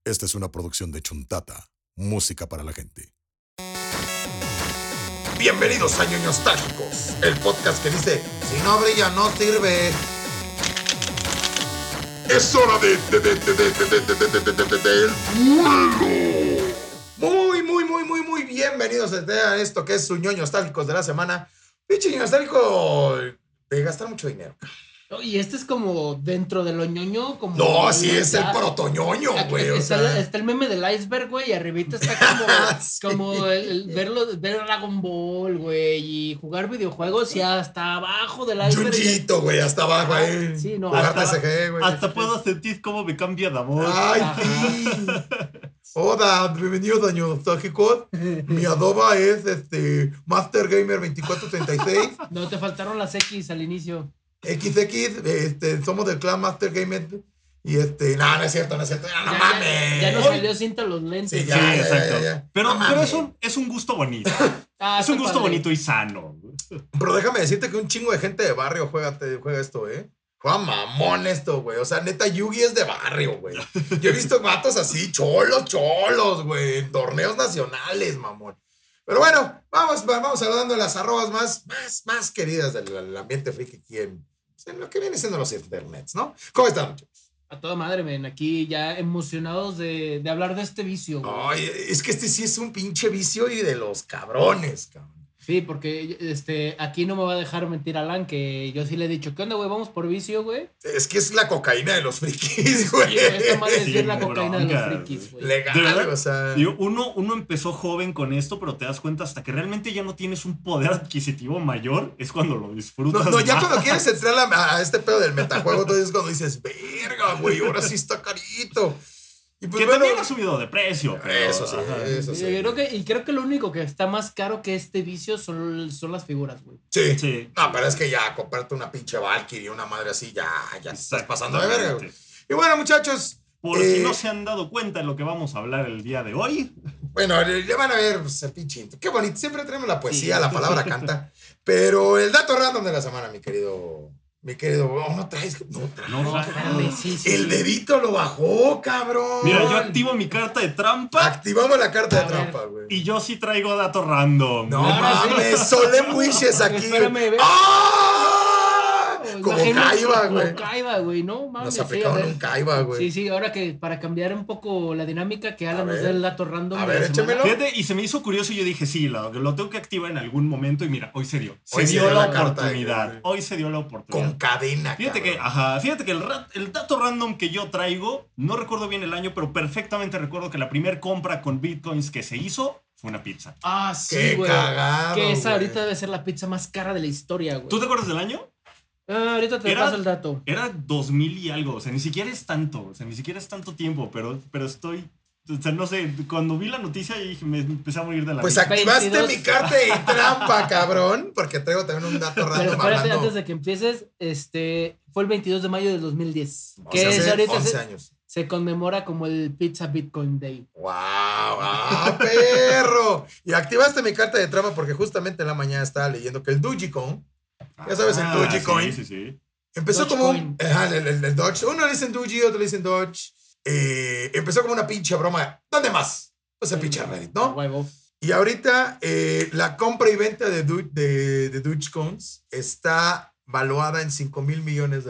Esta es una producción de Chuntata, música para la gente. Bienvenidos a Ñoños Nostálgicos, el podcast que dice, si no brilla no sirve. Es hora del duelo. Muy bienvenidos a esto que es su Ñoños Nostálgicos de la semana. Pinche Ñoño Nostálgico de gastar mucho dinero. Y este es como dentro de lo ñoño, como... No, sí, es el protoñoño, güey. Está el meme del iceberg, güey, y arribita está como, sí. como ver Dragon Ball, güey, y jugar videojuegos y hasta abajo del iceberg. Junjito, güey, hasta abajo ahí. Sí, no. Jugar TCG, güey. Hasta puedo sentir cómo me cambia de amor. Ay, sí. Hola, bienvenidos a Ñoños Nostálgicos. Mi adoba es Master Gamer 2436. No, te faltaron las X al inicio. XX, somos del clan Master Gamer. Y no es cierto, no mames. Ya nos salió cinta los lentes. Sí, ya, exacto. ya. Pero No es un gusto bonito. Es un gusto bonito y sano. Pero déjame decirte que un chingo de gente de barrio juega esto, Juega mamón esto, güey. O sea, neta, Yugi es de barrio, güey. Yo he visto vatos así, cholos, güey. En torneos nacionales, mamón. Pero bueno, vamos saludando las arrobas más queridas del ambiente friki aquí en lo que viene siendo los internets, ¿no? ¿Cómo están, muchachos? A toda madre, men. Aquí ya emocionados de hablar de este vicio, güey. Ay, es que sí es un pinche vicio y de los cabrones, cabrón. Sí, porque aquí no me va a dejar mentir Alan, que yo sí le he dicho, ¿qué onda, güey? Vamos por vicio, güey. Es que es la cocaína de los frikis, güey. Sí, esta madre es bien la Sin cocaína de los bronca. frikis, güey. Legal, o sea. Digo, uno empezó joven con esto, pero te das cuenta hasta que realmente ya no tienes un poder adquisitivo mayor, es cuando lo disfrutas. No, ya más. cuando quieres entrar a este pedo del metajuego, entonces es cuando dices, verga, güey, ahora sí está carito. Y pues Que bueno, también ha subido de precio. Pero, Eso sí, ajá. eso sí. Creo que lo único que está más caro que este vicio son las figuras, güey. Sí. Sí. No, pero es que ya comprarte una pinche Valkyrie, una madre así, ya te estás pasando de verga, güey. Exactamente. Y bueno, muchachos. Por si no se han dado cuenta de lo que vamos a hablar el día de hoy. Bueno, ya van a ver pues, el pinche intro. Qué bonito. Siempre tenemos la poesía, Sí. la palabra canta. Pero el dato random de la semana, mi querido. No traes. No, Espérame, sí. El dedito lo bajó, cabrón. Mira, yo activo mi carta de trampa Activamos la carta de A ver. trampa, güey. y yo sí traigo datos random. No Ahora sí. mames, Solemn Wishes aquí. Espérame, ve. ¡Ah! Como Imagínate, Kaiba, güey. Como Kaiba, güey, no mames. Nos sí, a aplicaron ver. un Kaiba, güey. Sí, ahora que para cambiar un poco la dinámica, que Alan A nos ver. dé el dato random. A de ver, la semana. échamelo. Fíjate, y se me hizo curioso y yo dije, sí, lo tengo que activar en algún momento y mira, hoy se dio. Hoy Se dio la carta, oportunidad. güey. Hoy se dio la oportunidad. Con cadena, Fíjate que el dato random que yo traigo, no recuerdo bien el año, pero perfectamente recuerdo que la primera compra con bitcoins que se hizo fue una pizza. Ah, sí, Qué güey. cagado, Que esa güey. ahorita debe ser la pizza más cara de la historia, güey. ¿Tú te acuerdas del año? Ahorita te paso el dato. Era 2000 y algo, o sea, ni siquiera es tanto tiempo, pero estoy, o sea, no sé, cuando vi la noticia y me empecé a morir de la Pues risa. activaste 22. mi carta de trampa, cabrón. Porque traigo también un dato Pero random espérate, hablando. antes de que empieces, fue el 22 de mayo del 2010. O Que sea, es hace ahorita 11 años. se conmemora como el Pizza Bitcoin Day. ¡Wow! ¡Ah, perro! Y activaste mi carta de trampa porque justamente en la mañana estaba leyendo que el Dogecoin, ya sabes, el Dogecoin, Sí. empezó como un... Dogecoin. El Doge. Uno le dicen Doge, otro le dicen Doge. Empezó como una pinche broma. ¿Dónde más? Pues en pinche Reddit, A ¿no? huevo. Y ahorita la compra y venta de Dogecoins está valuada en $5,000 millones.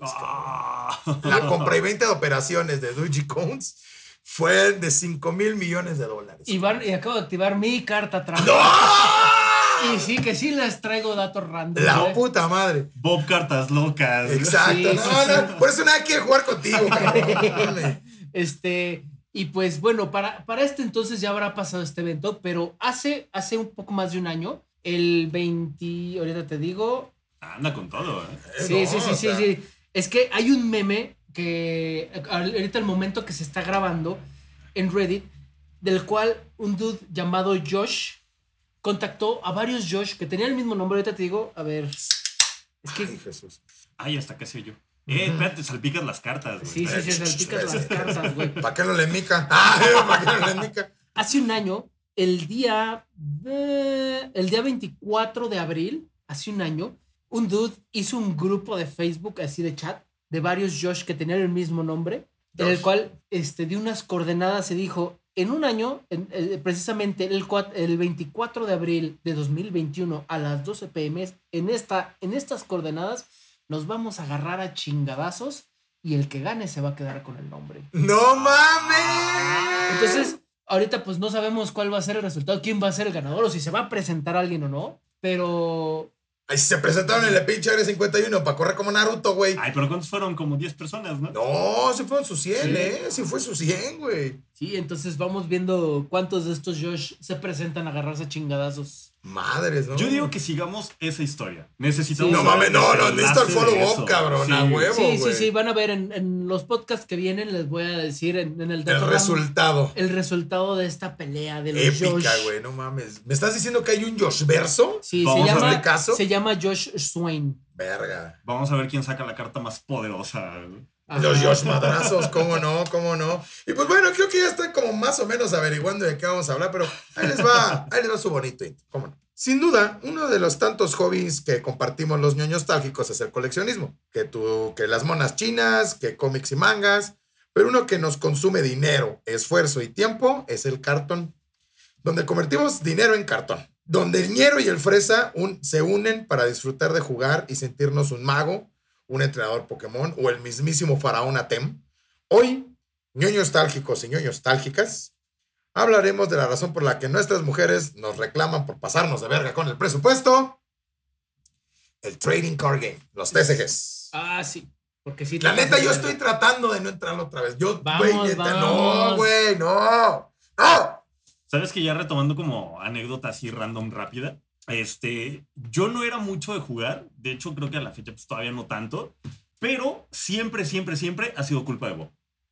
Ah. La compra y venta de operaciones de Dogecoins fue de $5,000 millones. Y acabo de activar mi carta trampa. ¡No! Y sí, que sí les traigo datos random. La güey. puta madre. Bob Cartas Locas. Exacto. Sí, No, por eso nadie quiere jugar contigo, cabrón. Y pues bueno, para este entonces ya habrá pasado este evento, pero hace un poco más de un año, el 20, ahorita te digo. Anda con todo, ¿eh? Sí, No, sí. o sea, Sí. Es que hay un meme que ahorita el momento que se está grabando en Reddit, del cual un dude llamado Josh contactó a varios Josh que tenían el mismo nombre. Ahorita te digo, a ver, es que Ay, Jesús. Ay, hasta qué sé yo. Espérate, salpicas las cartas, güey. sí, se salpicas las cartas, güey. ¿Para qué no le mica? ¿Para qué no le mica? Hace un año, el día 24 de abril, hace un año, un dude hizo un grupo de Facebook así de chat de varios Josh que tenían el mismo nombre en el Josh. cual dio unas coordenadas y dijo, en un año, precisamente el 24 de abril de 2021 a las 12 p.m., en estas coordenadas nos vamos a agarrar a chingadazos y el que gane se va a quedar con el nombre. ¡No mames! Entonces, ahorita pues no sabemos cuál va a ser el resultado, quién va a ser el ganador o si se va a presentar alguien o no, pero... Ahí se presentaron en el pinche Área 51 para correr como Naruto, güey. Ay, pero ¿cuántos fueron? Como 10 personas, ¿no? No, sí fueron sus 100, Sí. Sí fue sus 100, güey. Sí, entonces vamos viendo cuántos de estos Josh se presentan a agarrarse a chingadazos. Madres, ¿no? Yo digo que sigamos esa historia. Necesitamos. Sí. No saber mames, no, el necesito el desenlace de follow-up, eso. cabrón, a Sí. huevo. Sí, güey. sí, van a ver en los podcasts que vienen, les voy a decir en el El dato resultado. el resultado de esta pelea de los Épica, Josh. güey, no mames. ¿Me estás diciendo que hay un Josh verso? Sí, Vamos a hacerle caso. se llama Josh Swain. Verga. Vamos a ver quién saca la carta más poderosa. Ajá. Los Josh madrazos, cómo no, cómo no. Y pues bueno, creo que ya estoy como más o menos averiguando de qué vamos a hablar, pero ahí les va su bonito intro, cómo no. Sin duda, uno de los tantos hobbies que compartimos los ñoños nostálgicos es el coleccionismo. Que las monas chinas, que cómics y mangas, pero uno que nos consume dinero, esfuerzo y tiempo es el cartón. Donde convertimos dinero en cartón. Donde el ñero y el fresa se unen para disfrutar de jugar y sentirnos un mago, un entrenador Pokémon o el mismísimo faraón Atem. Hoy, ñoños nostálgicos y ñoños nostálgicas, hablaremos de la razón por la que nuestras mujeres nos reclaman por pasarnos de verga con el presupuesto. El Trading Card Game, los TCGs. Ah, sí. Porque sí. La te neta, pasas yo de estoy verga. tratando de no entrarlo otra vez. Yo, Vamos, güey, neta, no, vamos. güey, no. ¡No! ¿Sabes que ya retomando como anécdota así random rápida? Yo no era mucho de jugar. De hecho, creo que a la fecha pues todavía no tanto. Pero siempre, siempre, siempre ha sido culpa de Bob.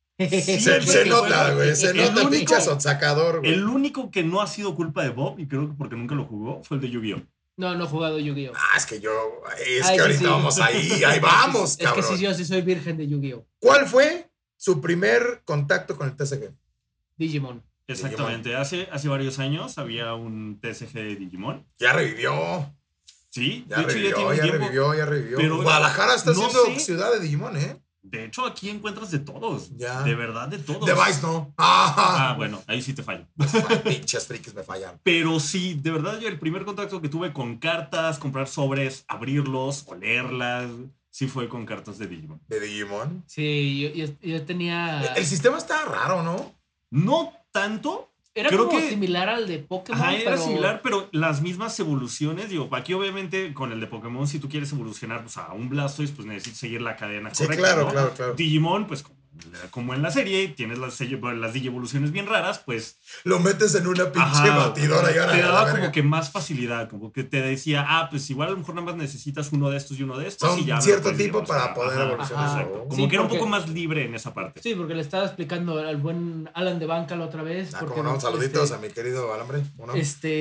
Se nota, güey. Se El nota el único- pinche sacador, güey. El único que no ha sido culpa de Bob, y creo que porque nunca lo jugó, fue el de Yu-Gi-Oh! No he jugado Yu-Gi-Oh! Es que Ay, ahorita sí. vamos ahí vamos, Es que cabrón. sí, yo sí soy virgen de Yu-Gi-Oh! ¿Cuál fue su primer contacto con el TCG? Digimon. Exactamente. Hace varios años había un TCG de Digimon. Ya revivió, Sí, ya de hecho revivió, ya tiene ya un tiempo. revivió. Pero Guadalajara está no siendo sé. ciudad de Digimon, ¿eh? De hecho, aquí encuentras de todos. Ya. De verdad, de todos. De Vice no. Ah, bueno, ahí sí te fallo. Pinches frikis me fallan. Pero sí, de verdad, yo el primer contacto que tuve con cartas, comprar sobres, abrirlos, olerlas, sí fue con cartas de Digimon. De Digimon. Sí, yo tenía... El sistema está raro, ¿no? No tanto. Era creo como que- similar al de Pokémon, Ajá, era pero... similar, pero las mismas evoluciones, digo, aquí obviamente con el de Pokémon, si tú quieres evolucionar pues, a un Blastoise, pues necesitas seguir la cadena Sí, correcta, claro, ¿no? claro, claro. Digimon, pues como en la serie, tienes las digievoluciones bien raras, pues Lo metes en una pinche ajá, batidora y ahora te a la daba verga. como que más facilidad, como que te decía, pues igual a lo mejor nada más necesitas uno de estos y uno de estos. Son y ya lo cierto puedes tipo evolucionar. para poder Ajá, evolucionar. Ajá. exacto. Como Sí, que era un porque- poco más libre en esa parte. Sí, porque le estaba explicando al buen Alan de Banca la otra vez. Porque, Como no, saluditos a mi querido Alambre. ¿O no?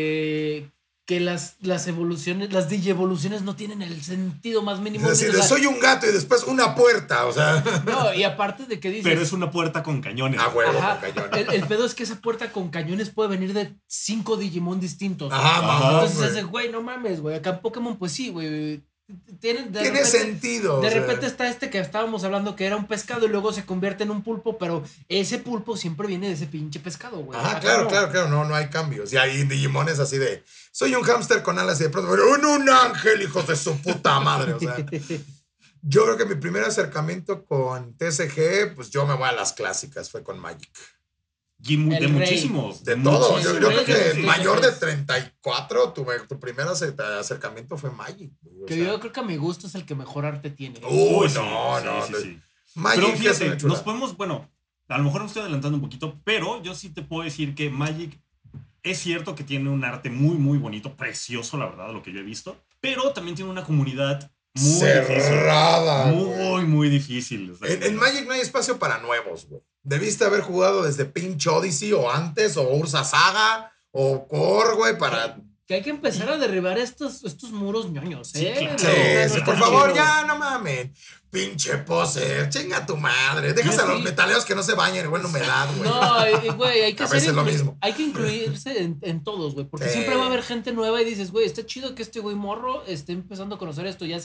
Que las evoluciones, las digievoluciones no tienen el sentido más mínimo. Es decir, O sea, soy un gato y después una puerta, o sea. no, y aparte de que dices... Pero es una puerta con cañones. A huevo, Ajá, con cañón. el pedo es que esa puerta con cañones puede venir de 5 Digimon distintos. Ajá, mamón, Entonces güey. es de, güey, no mames, güey. Acá en Pokémon, pues sí, güey. Tiene repente- sentido. De o sea. repente está este que estábamos hablando que era un pescado y luego se convierte en un pulpo, pero ese pulpo siempre viene de ese pinche pescado, güey. Ajá, Acá claro, no. claro, no hay cambios. Y ahí Digimon es así de, soy un hámster con alas y de pronto, un ángel, hijos de su puta madre. O sea, yo creo que mi primer acercamiento con TCG, pues yo me voy a las clásicas, fue con Magic. Y El de rey. muchísimos. De todo. Muchísimo. Yo creo que Sí, sí, mayor sí. de 34, tu primer acercamiento fue Magic. güey, o Que sea. yo creo que a mi gusto es el que mejor arte tiene. Uy, Sí, no. sí. Magic Pero es fíjate, una chula. nos podemos, bueno, a lo mejor me estoy adelantando un poquito, pero yo sí te puedo decir que Magic es cierto que tiene un arte muy, muy bonito, precioso, la verdad, lo que yo he visto, pero también tiene una comunidad muy Cerrada, difícil. güey. Muy, muy difícil. O sea, En Magic no hay espacio para nuevos, güey. Debiste haber jugado desde pinche Odyssey o antes, o Ursa Saga, o Core, güey, para... Que hay que empezar a derribar estos muros ñoños, Sí, ¿eh? claro. Sí, No, sí, no, por no, favor, no. ya, no mamen. Pinche poser, chinga tu madre. Dejas a los Sí. metaleros que no se bañen en humedad, güey. No, güey, hay que A veces ser lo mismo. hay que incluirse en todos, güey, porque Sí. siempre va a haber gente nueva y dices, güey, está chido que este güey morro esté empezando a conocer esto, ya sea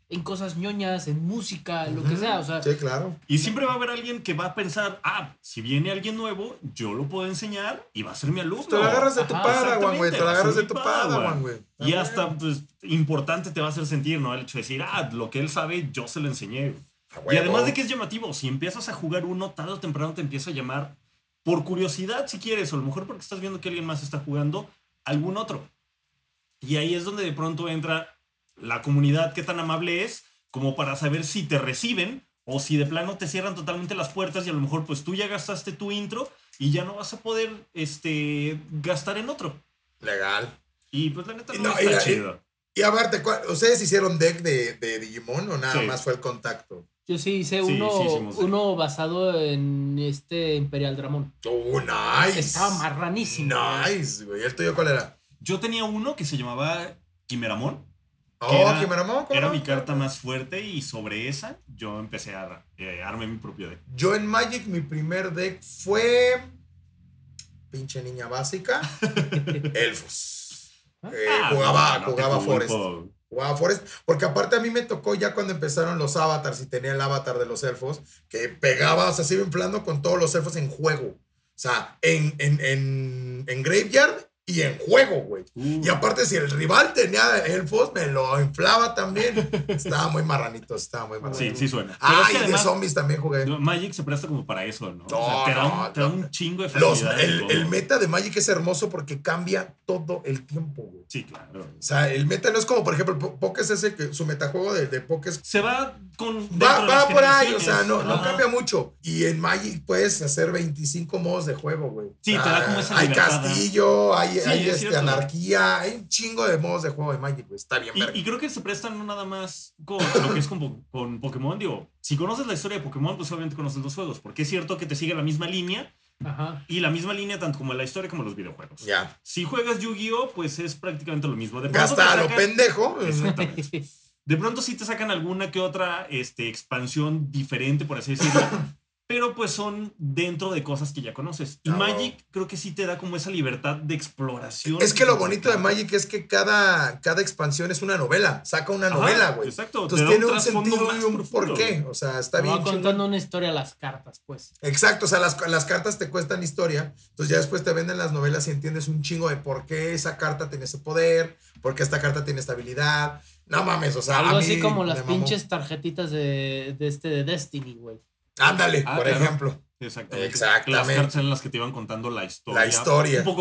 en cosas ñoñas, en música, lo que sea. O sea, Sí, claro. Y siempre va a haber alguien que va a pensar, si viene alguien nuevo, yo lo puedo enseñar y va a ser mi alumno. Te la agarras de tu Ajá, Padawan, güey. Te la va a agarras ser de mi tu Padawan, güey. Y hasta, pues, importante te va a hacer sentir, ¿no? El hecho de decir, lo que él sabe, yo se lo enseñé. A Y huevo. además de que es llamativo, si empiezas a jugar uno, tarde o temprano te empieza a llamar, por curiosidad, si quieres, o a lo mejor porque estás viendo que alguien más está jugando, algún otro. Y ahí es donde de pronto entra la comunidad, qué tan amable es, como para saber si te reciben o si de plano te cierran totalmente las puertas y a lo mejor pues tú ya gastaste tu intro y ya no vas a poder gastar en otro. Legal. Y pues la neta Y no, no, está chido. Y aparte, ¿ustedes hicieron deck de Digimon o nada Sí. más fue el contacto? yo sí hice Sí, uno, sí hicimos de- uno basado en Imperial Dramón. Nice. Estaba marranísimo, güey. Nice, güey. ¿El tuyo cuál era? Yo tenía uno que se llamaba Quimeramon. Kimeramon, ¿cómo Era no? mi carta más fuerte y sobre esa yo empecé a armé mi propio deck. Yo en Magic, mi primer deck fue. Pinche niña básica. Elfos. Jugaba no te culpo. Forest. Jugaba Forest. Porque aparte a mí me tocó ya cuando empezaron los avatars y tenía el avatar de los elfos, que pegaba, o sea, se iba inflando con todos los elfos en juego. O sea, en Graveyard y en juego, güey. Y aparte, si el rival tenía elfos, me lo inflaba también. Estaba muy marranito, estaba muy marranito. Sí suena. Ah, Pero es que y además, de zombies también jugué. Magic se presta como para eso, ¿no? No, O sea, te da no. un chingo de facilidad. El meta de Magic es hermoso porque cambia todo el tiempo, güey. Sí, claro. O sea, el meta no es como, por ejemplo, Pokés ese que su metajuego de Pokés Se va con. va por ahí, o sea, no Ajá. cambia mucho. Y en Magic puedes hacer 25 modos de juego, güey. Sí, O sea, te da como esa hay libertad, castillo, hay es cierto. anarquía, hay un chingo de modos de juego de Magic, güey. Está bien, verga. Y creo que se prestan no nada más con lo que es con Pokémon. Digo, si conoces la historia de Pokémon, pues obviamente conoces los juegos. Porque es cierto que te sigue la misma línea. Ajá. Y la misma línea tanto como la historia como los videojuegos. Ya. Si juegas Yu-Gi-Oh, pues es prácticamente lo mismo. De pronto Gasta a te lo sacan- pendejo. Exactamente. De pronto sí te sacan alguna que otra expansión diferente, por así decirlo. Pero pues son dentro de cosas que ya conoces. Y Ah, Magic creo que sí te da como esa libertad de exploración. Es que lo bonito de Magic es que cada expansión es una novela. Saca una novela, güey. Exacto. Entonces te da tiene un trasfondo sentido y más un profundo. porqué. O sea, está Me bien va chingón. contando una historia a las cartas, pues. Exacto, o sea, las cartas te cuestan historia, entonces ya después te venden las novelas y entiendes un chingo de por qué esa carta tiene ese poder, por qué esta carta tiene esta habilidad. No mames, o sea, Algo a mí así como me las mamó. pinches tarjetitas de Destiny, güey. Ándale, por Claro. ejemplo. Exactamente. Exactamente. Las cartas en las que te iban contando la historia. La historia. Un poco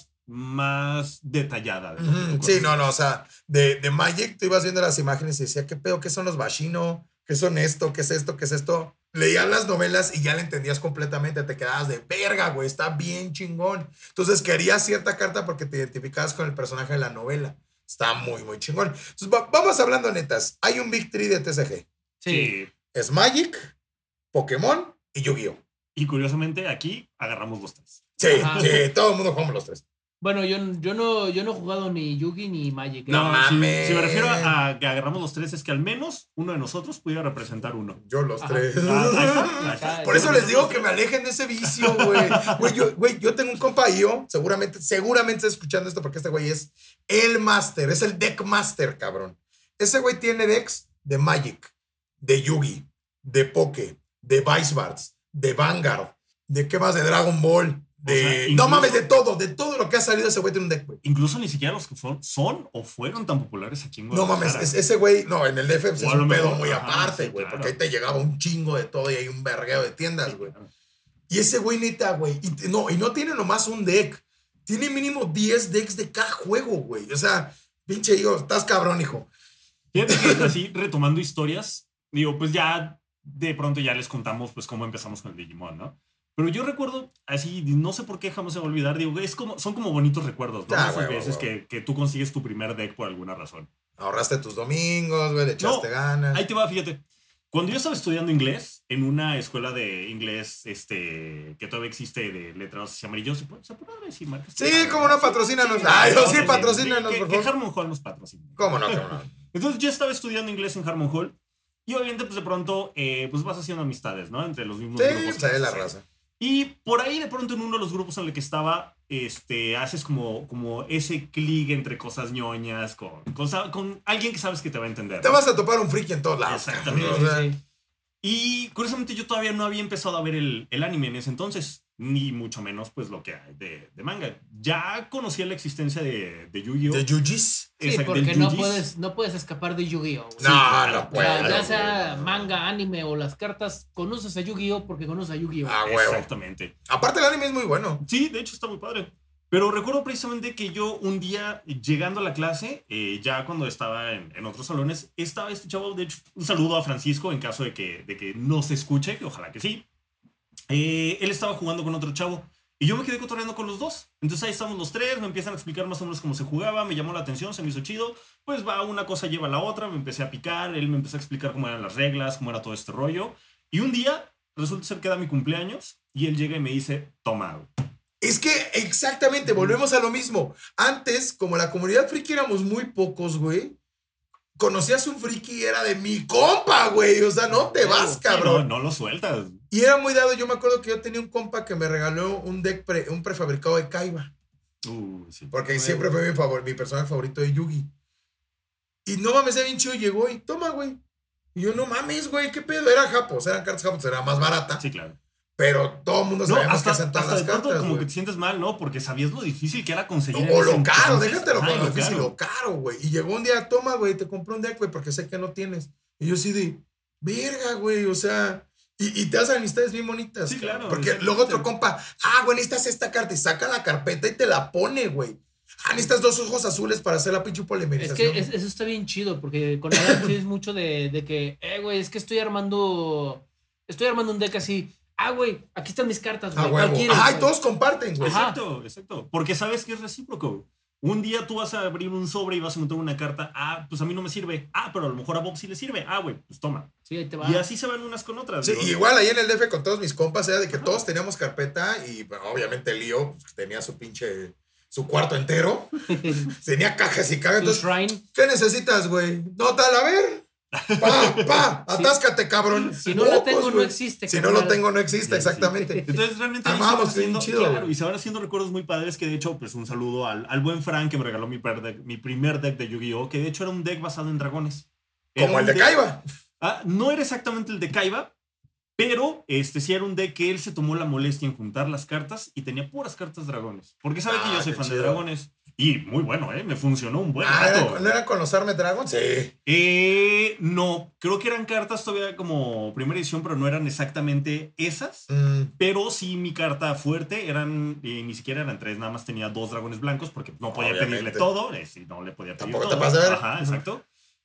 más detallada. Ujú, sí, no, o sea, de Magic tú ibas viendo las imágenes y decía, ¿qué pedo? ¿Qué son los Bashino? ¿Qué son esto? ¿Qué es esto? ¿Qué es esto? Leías las novelas y ya le entendías completamente, te quedabas de verga, güey, está bien chingón. Entonces querías cierta carta porque te identificabas con el personaje de la novela. Está muy, muy chingón. Entonces, vamos hablando netas. Hay un Big Three de TCG. Sí. Es Magic, Pokémon y Yu-Gi-Oh! Y curiosamente aquí agarramos los tres. Sí, Ajá. sí, todo el mundo jugamos los tres. Bueno, yo no he jugado ni Yugi ni Magic. No, si mames. me refiero a que agarramos los tres, es que al menos uno de nosotros pudiera representar uno. Yo los Ajá. tres. Ahí está. Por eso les digo que me alejen de ese vicio, güey. Güey, yo tengo un compa y yo, seguramente está escuchando esto porque este güey es el master, es el deck master, cabrón. Ese güey tiene decks de Magic, de Yugi, de Poké, de Vice Bards, de Vanguard, de qué más, de Dragon Ball, de... O sea, no incluso- mames, de todo lo que ha salido ese güey tiene un deck, güey. Incluso ni siquiera los que son o fueron tan populares aquí en No Guadalajara. mames, ese güey, no, en el DF pues, O es a lo un pedo mejor, muy ajá, aparte, sí, güey, claro. porque ahí te llegaba un chingo de todo y hay un vergueo de tiendas, Sí, güey. claro. Y ese güey neta, güey, y no tiene nomás un deck, tiene mínimo 10 decks de cada juego, güey. O sea, pinche hijo, estás cabrón, hijo. Fíjate que así, retomando historias, digo, pues ya de pronto ya les contamos pues cómo empezamos con el Digimon, ¿no? Pero yo recuerdo así, no sé por qué jamás se va a olvidar, digo, son como bonitos recuerdos, ¿no? Ah, Esas huevo, veces huevo. que tú consigues tu primer deck por alguna razón. Ahorraste tus domingos, güey, le echaste ganas. Ahí te va, fíjate. Cuando yo estaba estudiando inglés en una escuela de inglés que todavía existe de letras y amarillos, ¿se puede decir marcas? Sí, como no, patrocínanos. Ay, no, sí, patrocínanos, que, por que favor. Harmon Hall nos patrocina. ¿Cómo no, cómo no? Entonces yo estaba estudiando inglés en Harmon Hall y obviamente pues de pronto pues vas haciendo amistades, ¿no? Entre los mismos Sí, grupos. pues ahí que la haces. raza. Y por ahí de pronto en uno de los grupos en el que estaba, haces como ese clic entre cosas ñoñas con alguien que sabes que te va a entender. Te ¿no? vas a topar un friki en todos lados. Exactamente. cabrón, o sea, Sí. Y curiosamente yo todavía no había empezado a ver el anime en ese entonces, ni mucho menos pues lo que hay de manga. Ya conocía la existencia de Yu-Gi-Oh! de Yujis. Sí, Del porque Yu-Gis. no puedes escapar de Yu-Gi-Oh! Güey. No, claro. no O sea, puedo. ya sea güey, no. manga, anime o las cartas, conoces a Yu-Gi-Oh! Porque conoces a Yu-Gi-Oh! Ah, huevo. Exactamente. Aparte, el anime es muy bueno. Sí, de hecho está muy padre. Pero recuerdo precisamente que yo un día, llegando a la clase, ya cuando estaba en otros salones, estaba este chavo, de hecho, un saludo a Francisco en caso de que no se escuche, que ojalá que sí. Él estaba jugando con otro chavo y yo me quedé cotorreando con los dos. Entonces ahí estamos los tres, me empiezan a explicar más o menos cómo se jugaba, me llamó la atención, se me hizo chido. Pues va, una cosa lleva a la otra, me empecé a picar, él me empezó a explicar cómo eran las reglas, cómo era todo este rollo. Y un día, resulta ser que era mi cumpleaños y él llega y me dice, toma, güey. Es que exactamente, volvemos a lo mismo. Antes, como la comunidad friki éramos muy pocos, güey, conocías un friki y era de mi compa, güey. O sea, no te vas, Sí, cabrón. no lo sueltas. Y era muy dado. Yo me acuerdo que yo tenía un compa que me regaló un deck, un prefabricado de Kaiba. Sí. Porque Huevo. siempre fue mi personaje favorito de Yugi. Y no mames, era bien chido. Llegó y toma, güey. Y yo, no mames, güey, ¿qué pedo? Era Japos, eran cartas Japos, era más barata. Sí, claro. Pero todo el mundo No, sabíamos que hasta hacían todas de las pronto cartas, como güey. que te sientes mal, ¿no? Porque sabías lo difícil que era conseguir en O ese lo caro, entonces. déjatelo Ajá, con y lo difícil, lo caro, güey. Y llegó un día, toma, güey, te compré un deck, güey, porque sé que no tienes. Y yo sí de, verga, güey, o sea, y te hacen amistades bien bonitas, Sí, cabrón. claro, Porque exactamente. luego otro compa, güey, necesitas esta carta y saca la carpeta y te la pone, güey. Necesitas 2 ojos azules para hacer la pinche Es polimerización. que eso está bien chido, porque con Adam sí es mucho de que, güey, es que estoy armando un deck así. Güey, aquí están mis cartas, A güey. ¿Cuál huevo. quieres, Y güey? todos comparten, güey. Ajá. Exacto. Porque sabes que es recíproco. Un día tú vas a abrir un sobre y vas a encontrar una carta. Pues a mí no me sirve. Pero a lo mejor a Bob sí le sirve. Güey, pues toma. Sí, ahí te va. Y así se van unas con otras. Sí, digo. igual ahí en el DF con todos mis compas era de que Ajá. todos teníamos carpeta y bueno, obviamente Lío pues, tenía su cuarto entero. Tenía cajas y cajas. Tu Entonces, shrine. ¿qué necesitas, güey? No, tal, a ver. Atáscate, cabrón. Si no la tengo, Mocos, no güey. existe, Si no carnal. lo tengo, no existe, Sí. exactamente. Entonces realmente ahí Armábamos se van bien haciendo, chido, claro, güey. y se van haciendo recuerdos muy padres que de hecho, pues un saludo al buen Frank que me regaló mi primer deck de Yu-Gi-Oh! Que de hecho era un deck basado en dragones. Era Como el un de deck- Kaiba. No era exactamente el de Kaiba, pero sí era un deck que él se tomó la molestia en juntar las cartas y tenía puras cartas dragones. Porque sabe que yo soy Qué fan de chido. dragones. Y muy bueno, me funcionó un buen rato. ¿No eran con los Armed Dragons? Sí. No, creo que eran cartas todavía como primera edición, pero no eran exactamente esas. Pero sí, mi carta fuerte ni siquiera eran 3, nada más tenía 2 dragones blancos porque no podía Obviamente. pedirle todo. No le podía pedir Tampoco todo. te pases de ver. Ajá, exacto.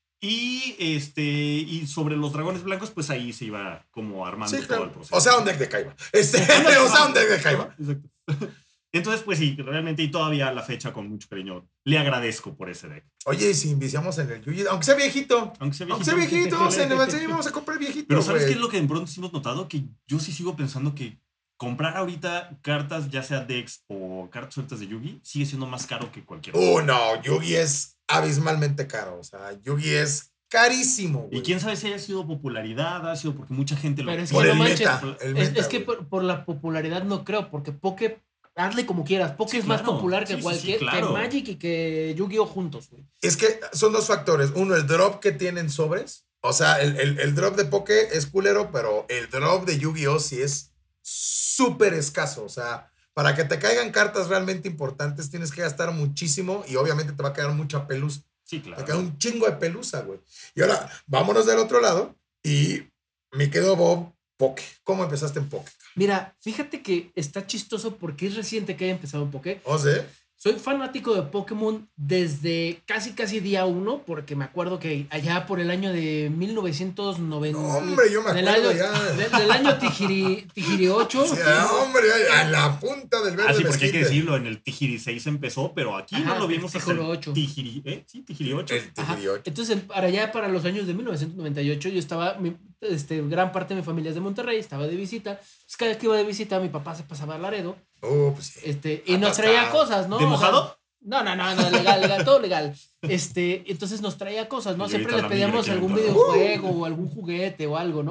Y sobre los dragones blancos, pues ahí se iba como armando Sí, todo el claro. proceso. O sea, un deck de Kaiba. O sea, un deck de Kaiba. Exacto. Entonces, pues sí, realmente y todavía a la fecha con mucho cariño le agradezco por ese deck. Oye, y si iniciamos en el Yugi, aunque sea viejito. Aunque sea Aunque sea viejito, viejito. vamos a comprar viejito. Pero ¿sabes güey. qué es lo que de pronto sí hemos notado? Que yo sí sigo pensando que comprar ahorita cartas, ya sea decks o cartas sueltas de Yugi, sigue siendo más caro que cualquier otro. No, Yugi es abismalmente caro. O sea, Yugi es carísimo, güey. Y quién sabe si haya sido popularidad, ha sido porque mucha gente Pero es Por que no el manches. meta, el meta, Es que güey. por la popularidad no creo, porque Poké, hazle como quieras. Poké Sí, es más claro. popular que Sí, cualquier, claro. que Magic y que Yu-Gi-Oh juntos, güey. Es que son 2 factores. Uno, el drop que tienen sobres. O sea, el drop de Poké es culero, pero el drop de Yu-Gi-Oh sí es súper escaso. O sea, para que te caigan cartas realmente importantes tienes que gastar muchísimo y obviamente te va a quedar mucha pelusa. Sí, Te claro. queda un chingo de pelusa, güey. Y ahora, vámonos del otro lado y me quedo Bob, Poké. ¿Cómo empezaste en Poké? Mira, fíjate que está chistoso porque es reciente que haya empezado en Poké. ¿O sea? Soy fanático de Pokémon desde casi día 1, porque me acuerdo que allá por el año de 1990. No, hombre, yo me acuerdo ya. Del año Tijiri 8. Sí, hombre, a la punta del verde Sí, porque hay que mezquite. decirlo, en el Tijiri 6 empezó, pero aquí Ajá, no lo vimos hasta Tijiri el 8. Tijiri, ¿sí? Tijiri 8. El Tijiri 8. Entonces, para allá, para los años de 1998, yo estaba, gran parte de mi familia es de Monterrey, estaba de visita. Pues cada vez que iba de visita, mi papá se pasaba a Laredo. Pues sí. Y nos traía Atascado. cosas, ¿no? ¿De O sea, mojado? no, legal, todo legal. Entonces nos traía cosas, ¿no? Y Siempre ahorita le la pedíamos migra algún quiere videojuego o algún juguete o algo, ¿no?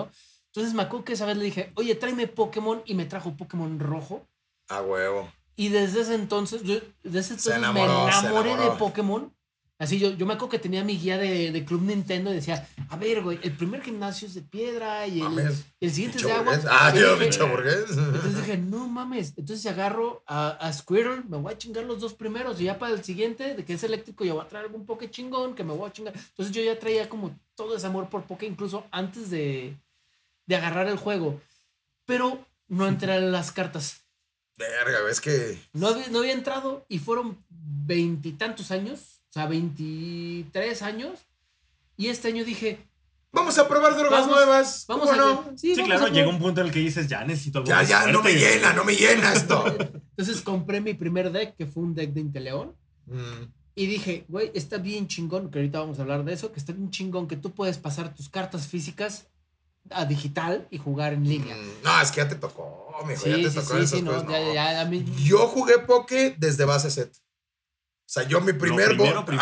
Entonces me acuerdo que esa vez le dije, oye, tráeme Pokémon, y me trajo Pokémon rojo. A huevo. Y desde ese entonces, me enamoré de Pokémon. Así yo me acuerdo que tenía mi guía de Club Nintendo y decía, a ver, güey, el primer gimnasio es de piedra y el siguiente es de agua. Pinche burgués. Entonces dije, no mames. Entonces agarro a Squirtle, me voy a chingar los 2 primeros y ya para el siguiente, de que es eléctrico, yo voy a traer algún Poké chingón que me voy a chingar. Entonces yo ya traía como todo ese amor por Poké, incluso antes de agarrar el juego. Pero no entré a las cartas. Verga, ves que... No había entrado y fueron 20 años, o sea, 23 años. Y este año dije... Vamos a probar drogas nuevas. Vamos a... No? Sí, claro, llega un punto en el que dices, ya necesito algo Ya, no me llena esto. Entonces compré mi primer deck, que fue un deck de Inteleón. Y dije, güey, está bien chingón, que ahorita vamos a hablar de eso, que está bien chingón que tú puedes pasar tus cartas físicas a digital y jugar en línea. No, es que ya te tocó, mijo, ya te tocó esas cosas. No. Ya, a mí... Yo jugué Poké desde base set. O sea, yo mi primer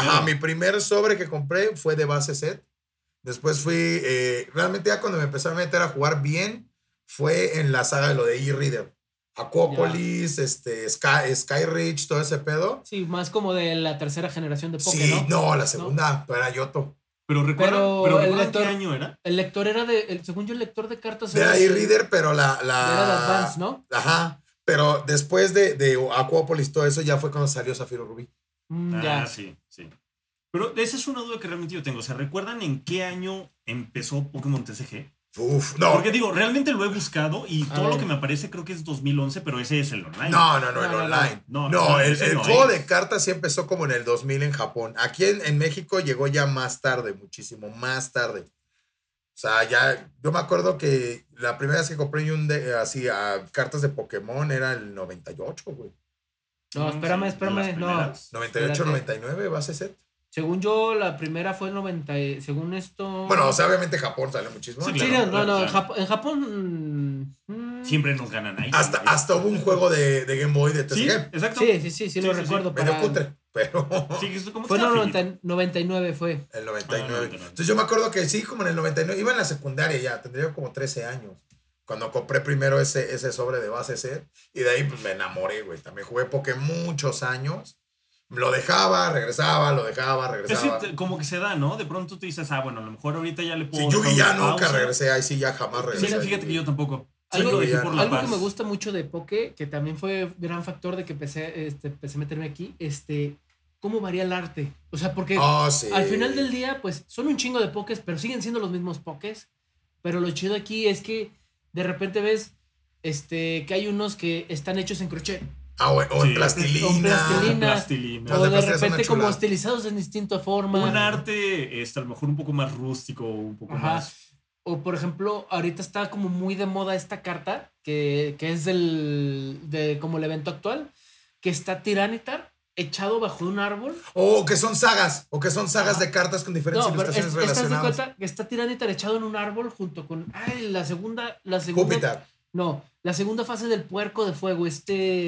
sobre que compré fue de base set. Después fui, realmente ya cuando me empecé a meter a jugar bien, fue en la saga de lo de E-Reader. Aquapolis, Skyreach, todo ese pedo. Sí, más como de la tercera generación de Poké, sí, ¿no? La segunda, pero era Yoto. Pero recuerda qué año era. El lector era según yo, el lector de cartas era E-Reader, pero era de Advance, ¿no? Ajá. Pero después de Aquapolis, todo eso ya fue cuando salió Zafiro Rubí. Ya. Sí. Pero esa es una duda que realmente yo tengo. O sea, ¿recuerdan en qué año empezó Pokémon TCG? Uf, no. Porque digo, realmente lo he buscado y todo lo que me aparece creo que es 2011, pero ese es el online. No, el online. No, el juego de cartas sí empezó como en el 2000 en Japón. Aquí en México llegó ya más tarde, muchísimo más tarde. O sea, ya, yo me acuerdo que la primera vez que compré así a cartas de Pokémon era el 98, güey. No, espérame, no. 98, 99, base set. Según yo, la primera fue el 90, según esto... Bueno, o sea, obviamente Japón sale muchísimo. Sí, claro. En Japón... Siempre nos ganan ahí. Hasta hubo un juego de Game Boy de TCG. Sí, exacto. Sí, lo recuerdo. Medio cutre, pero... Fue en el 99 fue. El 99. Entonces yo me acuerdo que sí, como en el 99, iba en la secundaria ya, tendría como 13 años. Cuando compré primero ese sobre de base set. Y de ahí pues me enamoré, güey. También jugué Pokémon muchos años. Lo dejaba, regresaba, regresaba. Sí, como que se da, ¿no? De pronto tú dices, bueno, a lo mejor ahorita ya le puedo... Sí, Yugi ya nunca regresé, ahí sí ya jamás regresé. Sí, fíjate que yo tampoco. Algo que me gusta mucho de Poké, que también fue gran factor de que empecé a meterme aquí, cómo varía el arte. O sea, porque al final del día, pues, son un chingo de Pokés, pero siguen siendo los mismos Pokés. Pero lo chido aquí es que de repente ves que hay unos que están hechos en crochet. O en plastilina. O de repente como estilizados en distinta forma. Un arte, a lo mejor un poco más rústico, un poco más... O por ejemplo, ahorita está como muy de moda esta carta, que es como el evento actual, que está Tiranitar echado bajo un árbol. O que son sagas de cartas con diferentes ilustraciones relacionadas. ¿Estás de cuenta que está Tiranitar echado en un árbol junto con la segunda Júpiter. No, la segunda fase del puerco de fuego, el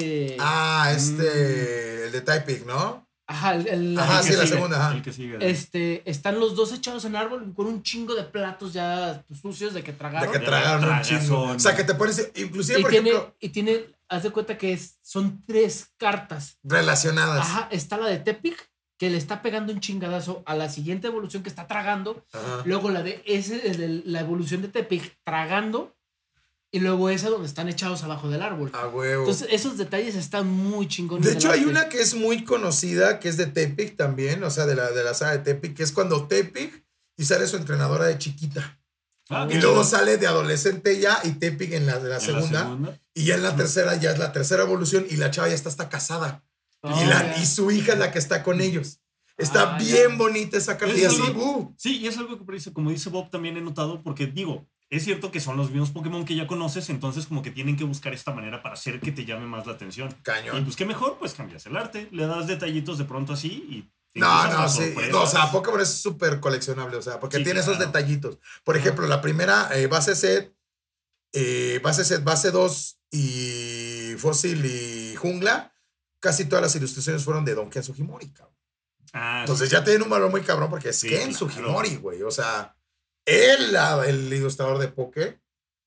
de Typing, ¿no? Ajá, sí, la segunda, El que sigue. Están los dos echados en árbol con un chingo de platos ya sucios de que tragaron. De que tragaron un chingo. O sea, que te pones, inclusive, por ejemplo... Y tiene, haz de cuenta que son 3 cartas. Relacionadas. Ajá, está la de Tepic, que le está pegando un chingadazo a la siguiente evolución que está tragando. Ajá. Luego la de la evolución de Tepic tragando. Y luego esa donde están echados abajo del árbol. A huevo. Entonces, esos detalles están muy chingones. De hecho, hay una que es muy conocida, que es de Tepic también, o sea, de la saga de Tepic, que es cuando Tepic y sale su entrenadora de chiquita. Y luego sale de adolescente ya y Tepic en la segunda. Y ya en la tercera, ya es la tercera evolución y la chava ya está casada. Y su hija es la que está con ellos. Está bien bonita esa carta. Y así, Sí, y es algo que, como dice Bob, también he notado, porque digo... Es cierto que son los mismos Pokémon que ya conoces, entonces como que tienen que buscar esta manera para hacer que te llame más la atención. Cañón. Y pues qué mejor, pues cambias el arte, le das detallitos de pronto así y... Sí. No, o sea, Pokémon es súper coleccionable, o sea, porque tiene esos detallitos. Por ejemplo, la primera base set, base 2 y Fósil y Jungla, casi todas las ilustraciones fueron de Don Ken Sugimori, cabrón. Entonces ya tienen un valor muy cabrón porque es Ken Sugimori, güey, o sea... el ilustrador de Poké,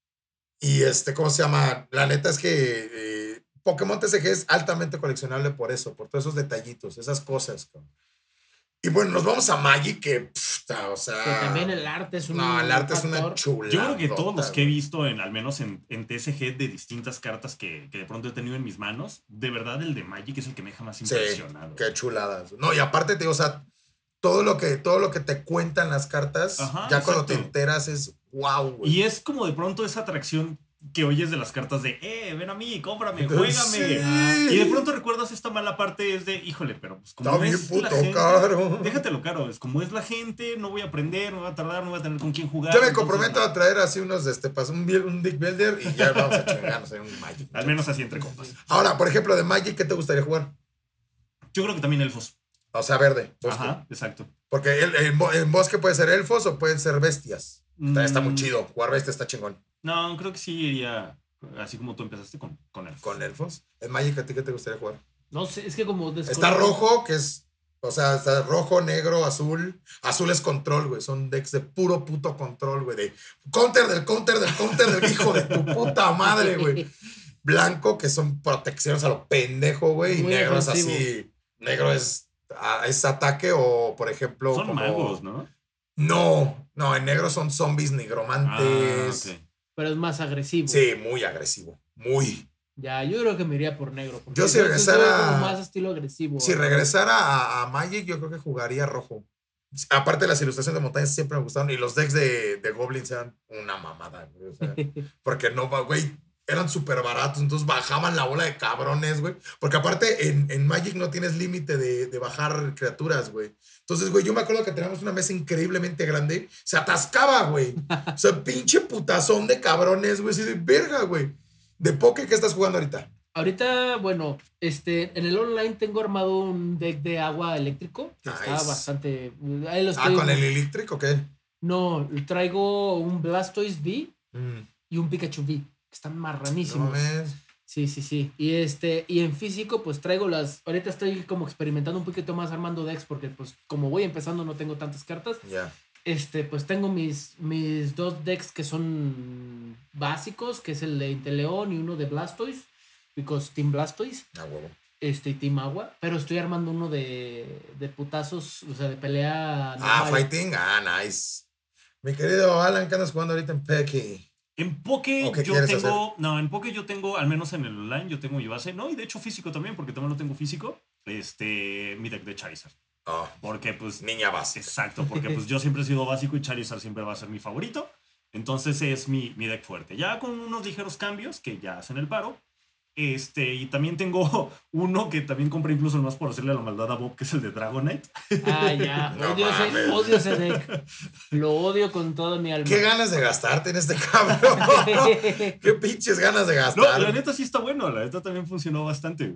Y ¿cómo se llama? La neta es que Pokémon TCG es altamente coleccionable por eso, por todos esos detallitos, esas cosas, cabrón. Y bueno, nos vamos a Magic, que, o sea... Que también el arte es un No, el arte es factor. una chulada. Yo creo que todos los que he visto, al menos en TSG, de distintas cartas que de pronto he tenido en mis manos, de verdad el de Magic es el que me deja más impresionado. Qué chuladas. No, y aparte, te digo, o sea, todo lo que te cuentan las cartas, Ajá, ya cuando te exacto. enteras es wow, güey. Y es como de pronto esa atracción que oyes de las cartas de, ven a mí, cómprame, juégame. Sí. Y de pronto recuerdas esta mala parte, es de, híjole, pero pues como Está bien es la puto gente, caro. déjatelo caro, es como es la gente, no voy a aprender, no voy a tardar, no voy a tener con quién jugar. Yo me entonces, comprometo no. a traer así unos, un Dick Builder y ya vamos a chingarnos en un Magic. Al menos así entre compas. Ahora, por ejemplo, de Magic, ¿qué te gustaría jugar? Yo creo que también elfos. O sea, verde, bosque. Ajá, exacto. Porque en bosque puede ser elfos o pueden ser bestias. Está muy chido. Jugar bestia está chingón. No, creo que sí iría, así como tú empezaste con elfos. Con elfos. En Magic, ¿a ti qué te gustaría jugar? No sé, es que como Está rojo, que es... O sea, está rojo, negro, azul. Azul es control, güey. Son decks de puro puto control, güey. De counter del hijo de tu puta madre, güey. Blanco, que son protecciones a lo pendejo, güey. Y Muy negro ofensivo. es así. Negro es ataque o, por ejemplo, Son como... magos, ¿no? No, en negro son zombies nigromantes. Ok. Pero es más agresivo. Sí, muy agresivo. Muy. Ya, yo creo que me iría por negro. Porque Yo si soy regresara- como más estilo agresivo. Si regresara a Magic, yo creo que jugaría rojo. Aparte, las ilustraciones de montañas siempre me gustaron. Y los decks de Goblins eran una mamada, güey. O sea, porque no, güey, eran súper baratos. Entonces bajaban la bola de cabrones, güey. Porque aparte, en Magic no tienes límite de bajar criaturas, güey. Entonces, güey, yo me acuerdo que teníamos una mesa increíblemente grande. Se atascaba, güey. O sea, pinche putazón de cabrones, güey. Así de verga, güey. ¿De Poké qué estás jugando ahorita? Ahorita, bueno, en el online tengo armado un deck de agua eléctrico. Que está Nice. bastante. Ahí lo estoy. ¿Con el eléctrico o qué? No, traigo un Blastoise V Mm, y un Pikachu V. Que están no marranísimos. mames. Sí. Y en físico, pues traigo las. Ahorita estoy como experimentando un poquito más armando decks. Porque, pues, como voy empezando, no tengo tantas cartas. Ya. Pues tengo mis dos decks que son básicos, que es el de Inteleon y uno de Blastoise, because Team Blastoise, A huevo. y Team Agua, pero estoy armando uno de putazos, o sea, de pelea normal. Fighting. Nice. Mi querido Alan, ¿qué andas jugando ahorita en Pecky? En Poké ¿O qué yo quieres tengo. No, en Poké yo tengo, al menos en el online, yo tengo mi base. No, y de hecho físico también, porque también lo tengo físico. Mi deck de Charizard. Oh, Porque, pues. niña base. Exacto, porque pues yo siempre he sido básico y Charizard siempre va a ser mi favorito. Entonces es mi deck fuerte. Ya con unos ligeros cambios que ya hacen el paro. Y también tengo uno que también compré incluso más por hacerle la maldad a Bob, que es el de Dragonite. Ya, No odio mames. ese deck. Lo odio con toda mi alma. ¿Qué ganas de gastarte en este cabrón? ¿Qué pinches ganas de No, gastar? la neta sí está bueno, la neta también funcionó bastante.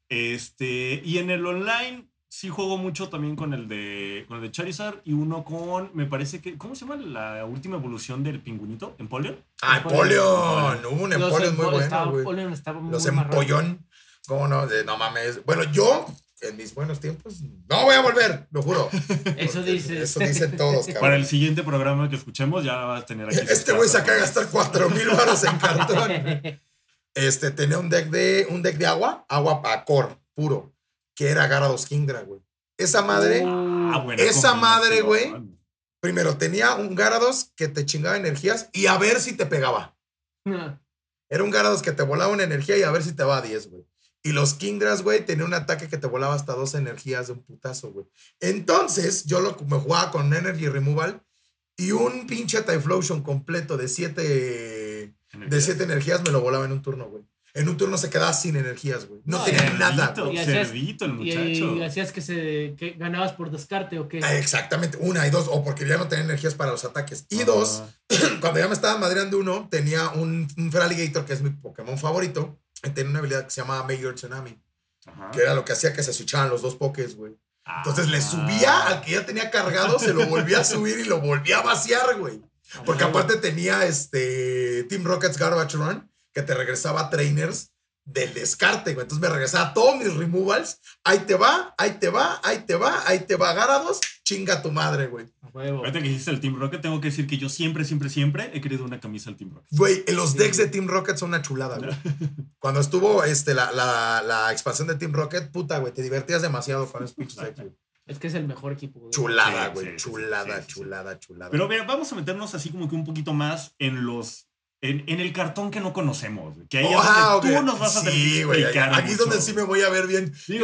Y en el online sí juego mucho también con el de Charizard y uno con, me parece que, ¿cómo se llama la última evolución del pingüinito? ¿Empoleon? Empoleon. Hubo un Empoleon muy bueno, güey. Empoleon estaba muy Los marrón. empollón. ¿Cómo no? No mames. Bueno, yo, en mis buenos tiempos, no voy a volver, lo juro. Eso Porque dices. Eso dicen todos, cabrón. Para el siguiente programa que escuchemos ya vas a tener aquí. Este güey se acaba de gastar 4,000 baros en cartón. Tenía un deck de agua a core, puro, que era Gyarados Kingdra, güey. Esa madre, Buena esa madre, combinación. güey. Primero, tenía un Gyarados que te chingaba energías y a ver si te pegaba. Era un Gyarados que te volaba una energía y a ver si te va a 10, güey. Y los Kingdras, güey, tenía un ataque que te volaba hasta 2 energías de un putazo, güey. Entonces, yo me jugaba con Energy Removal y un pinche Typhlosion completo de 7 energías me lo volaba en un turno, güey. En un turno se quedaba sin energías, güey. No tenía nada, güey. Cerdito el muchacho. Y hacías que ganabas por descarte o qué. Exactamente, una y dos, o porque ya no tenía energías para los ataques. Y dos, cuando ya me estaba madreando uno, tenía un Feraligatr, que es mi Pokémon favorito, y tenía una habilidad que se llama Major Tsunami, que era lo que hacía que se switchaban los dos Pokés, güey. Entonces le subía al que ya tenía cargado, se lo volvía a subir y lo volvía a vaciar, güey. Porque aparte tenía Team Rocket's Garbage Run, que te regresaba trainers del descarte, güey. Entonces me regresaba todos mis removals. Ahí te va, ahí te va, ahí te va, ahí te va. Garados, chinga tu madre, güey. Ahorita que dijiste el Team Rocket, tengo que decir que yo siempre he querido una camisa del Team Rocket. Güey, los decks de Team Rocket son una chulada, güey. Cuando estuvo la expansión de Team Rocket, puta, güey, te divertías demasiado con esos pinches decks, güey. Es que es el mejor equipo, güey. Chulada, Sí, güey. sí, Chulada, sí. chulada, chulada. Pero mira, vamos a meternos así como que un poquito más en los... En el cartón que no conocemos, güey. Que ahí es donde tú nos vas a tener que explicar. Aquí es donde sí me voy a ver bien. Digo,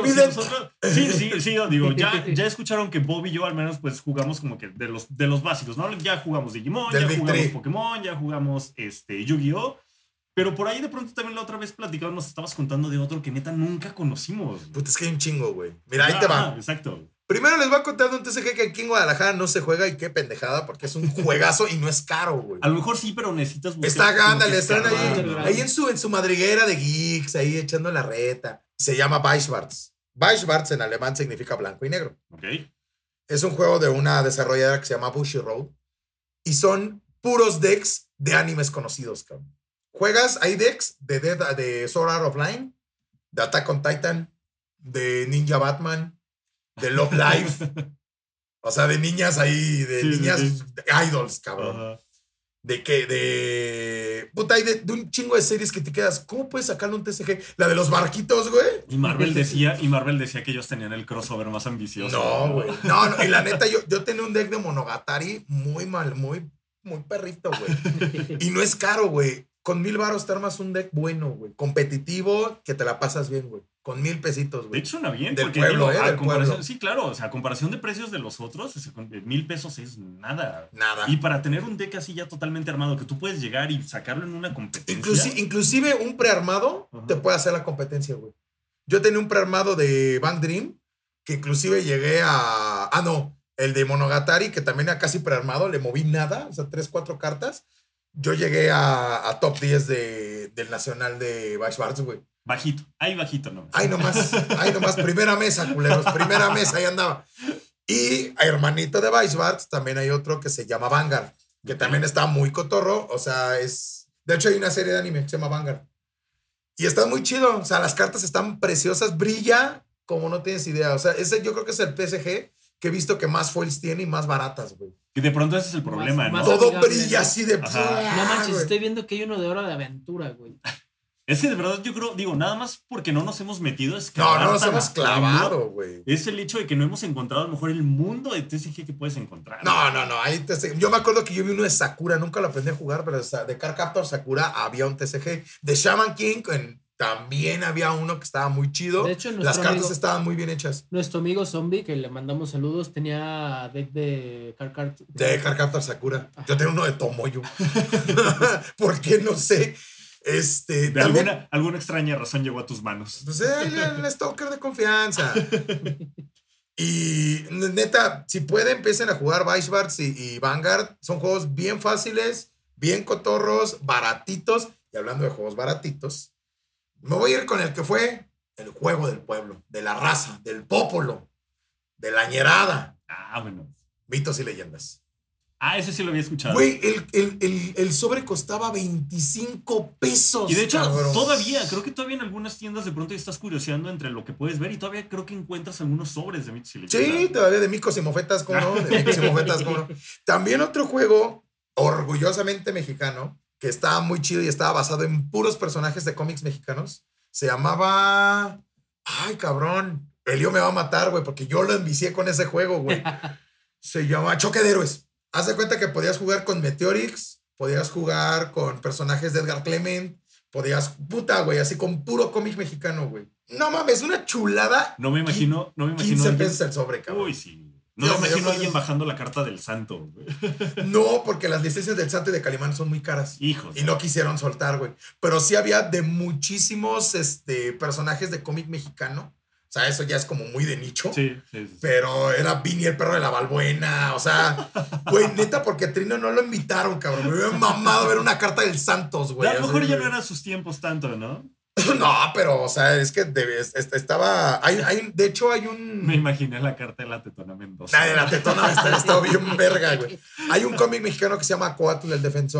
digo, ya escucharon que Bob y yo al menos pues jugamos como que de los básicos, ¿no? Ya jugamos Digimon, Del ya Big jugamos Three. Pokémon, ya jugamos Yu-Gi-Oh! Pero por ahí de pronto también la otra vez platicado nos estabas contando de otro que neta nunca conocimos. Puta, es que hay un chingo, güey. Mira, ahí te va. Exacto. Primero les voy a contar de un TCG que aquí en Guadalajara no se juega y qué pendejada, porque es un juegazo y no es caro, güey. A lo mejor sí, pero necesitas buscar. Está, ándale, están escarbar, ¿no? ahí en su madriguera de geeks, ahí echando la reta. Se llama Weißwarz. Weißwarz en alemán significa blanco y negro. Ok. Es un juego de una desarrolladora que se llama Bushiroad y son puros decks de animes conocidos, cabrón. Juegas, hay decks de Sword Art Online, de Attack on Titan, de Ninja Batman, de Love Live. O sea, de niñas ahí, de Sí, niñas sí. idols, cabrón. Ajá. De que, puta, hay de un chingo de series que te quedas. ¿Cómo puedes sacarle un TCG? La de los barquitos, güey. Y Marvel decía que ellos tenían el crossover más ambicioso. No, güey. No, y la neta, yo tenía un deck de Monogatari muy mal, muy perrito, güey. Y no es caro, güey. Con 1,000 varos te armas un deck bueno, güey. Competitivo, que te la pasas bien, güey. Con 1,000 pesitos, De güey. hecho, suena bien. Del Porque pueblo, digo, a del comparación, pueblo. sí, claro. O sea, a comparación de precios de los otros, 1,000 pesos es nada. Nada. Y para tener un deck así ya totalmente armado, que tú puedes llegar y sacarlo en una competencia. Inclusive un prearmado Ajá. te puede hacer la competencia, güey. Yo tenía un prearmado de Bank Dream, que inclusive llegué a... Ah, no. El de Monogatari, que también era casi prearmado. Le moví nada, o sea, 3, 4 cartas. Yo llegué a top 10 del Nacional de Weißwarz, güey. Bajito. Ahí bajito, ¿no? Ahí nomás. Primera mesa, culeros. Primera mesa, ahí andaba. Y hermanito de Weißwarz, también hay otro que se llama Vanguard, que también está muy cotorro. O sea, es... De hecho, hay una serie de anime que se llama Vanguard. Y está muy chido. O sea, las cartas están preciosas. Brilla como no tienes idea. O sea, ese yo creo que es el TCG que he visto que más foils tiene y más baratas, güey. Y de pronto ese es el problema, Más- ¿no? más- Todo amigable, brilla ¿no? así de... Ajá. No manches, güey. estoy viendo que hay uno de Hora de Aventura, güey. Es que de verdad yo creo, digo, nada más porque no nos hemos metido a No, escalar no nos tan hemos a fondo, clavado, güey. es el hecho de que no hemos encontrado a lo mejor el mundo de TCG que puedes encontrar. No. Ahí yo me acuerdo que yo vi uno de Sakura, nunca lo aprendí a jugar, pero de Card Captor Sakura había un TCG. De Shaman King también había uno que estaba muy chido. De hecho, las nuestro cartas amigo- estaban muy bien hechas. Nuestro amigo Zombie, que le mandamos saludos, tenía deck de Card. De Card Captor Sakura. Ajá. Yo tenía uno de Tomoyo. ¿Por qué? No sé. De También, alguna extraña razón llegó a tus manos. pues el stalker de confianza. Y neta, si pueden, empiecen a jugar Weißwarz y Vanguard. Son juegos bien fáciles, bien cotorros, baratitos. Y hablando de juegos baratitos, me voy a ir con el que fue el juego del pueblo, de la raza, del popolo, de la ñerada. Ah, bueno. Mitos y leyendas. Ah, ese sí lo había escuchado. Güey, el sobre costaba 25 pesos. Y de hecho, cabrón. creo que todavía en algunas tiendas de pronto estás curioseando entre lo que puedes ver y todavía creo que encuentras algunos sobres de mitos y leyendas. Sí, todavía de micos y mofetas, ¿cómo no? De micos y mofetas, ¿cómo no? También otro juego orgullosamente mexicano, que estaba muy chido y estaba basado en puros personajes de cómics mexicanos. Se llamaba... Ay, cabrón. Elio me va a matar, güey, porque yo lo envicié con ese juego, güey. Se llama Choque de Héroes. Haz de cuenta que podías jugar con Meteorix, podías jugar con personajes de Edgar Clement, puta, güey, así con puro cómic mexicano, güey. No mames, una chulada. No me imagino 15 alguien- pesos el sobre, cabrón. Uy, sí. No Dios me mío, imagino a pues, alguien bajando la carta del santo, güey. No, porque las licencias del Santo y de Calimán son muy caras. Hijos. Y no quisieron soltar, güey. Pero sí había de muchísimos personajes de cómic mexicano. O sea, eso ya es como muy de nicho. Sí. Pero era Vinny el perro de la Balbuena. O sea, güey, neta, porque Trino no lo invitaron, cabrón. Me hubiera mamado ver una carta del Santos, güey. A lo mejor Así, ya güey. no eran sus tiempos tanto, ¿no? No, pero, o sea, es que estaba. De hecho, hay un. Me imaginé la carta de la tetona Mendoza. Nadie, la tetona está bien verga, güey. Hay un cómic mexicano que se llama Coatl el Defensor,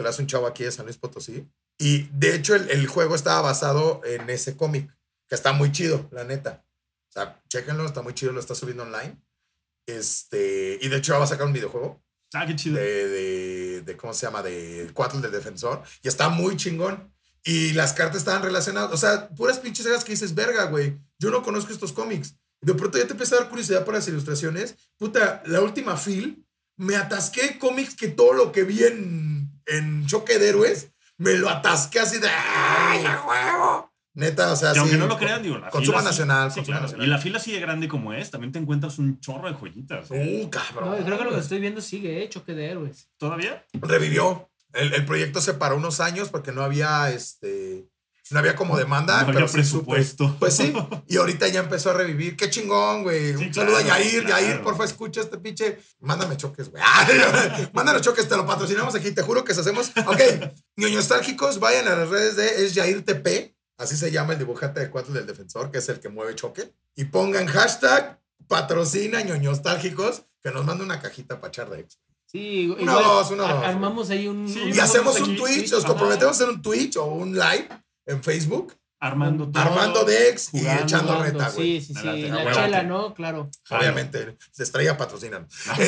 que lo hace un chavo aquí de San Luis Potosí. Y de hecho el juego estaba basado en ese cómic, que está muy chido, la neta. O sea, chéquenlo, está muy chido, lo está subiendo online. Y de hecho va a sacar un videojuego Ah, qué chido. de ¿cómo se llama? De Cuatl del Defensor. Y está muy chingón. Y las cartas estaban relacionadas. O sea, puras pinches sagas que dices, verga, güey. Yo no conozco estos cómics. Y de pronto ya te empieza a dar curiosidad por las ilustraciones. Puta, la última fil, me atasqué cómics que todo lo que vi en Choque de Héroes, me lo atasqué así de ¡ay, a huevo! Neta, o sea, Y aunque sí, no lo crean, digo, la consuma fila nacional, sí, consuma claro. nacional. Y la fila así de grande como es, también te encuentras un chorro de joyitas. Cabrón. No, yo creo que lo que estoy viendo sigue, Choque de Héroes. ¿Todavía? Revivió. El proyecto se paró unos años porque no había no había como demanda. No había pero sí presupuesto. supe. Pues sí. Y ahorita ya empezó a revivir. Qué chingón, güey. Sí, Un saludo a claro, Yair. claro. Yair, porfa, escucha este pinche. Mándame choques, güey. Mándanos choques, te lo patrocinamos aquí. Te juro que se hacemos. Ok. Ñoños nostálgicos, vayan a las redes de Es Yair TP. Así se llama el dibujante de Cuatro del Defensor, que es el que mueve choque. Y pongan hashtag patrocina Ñoños nostálgicos, que nos manda una cajita para echar de ex. Sí, Uno, igual dos, güey. armamos ahí un... Sí, Y Nos hacemos vemos un aquí, Twitch, sí. nos Ajá. comprometemos a hacer un Twitch o un live en Facebook, Armando todo. armando decks y jugando, echando jugando, reta, güey. Sí, Adelante, la adelante. chela, ¿no? Claro. Obviamente, se estrella patrocinan.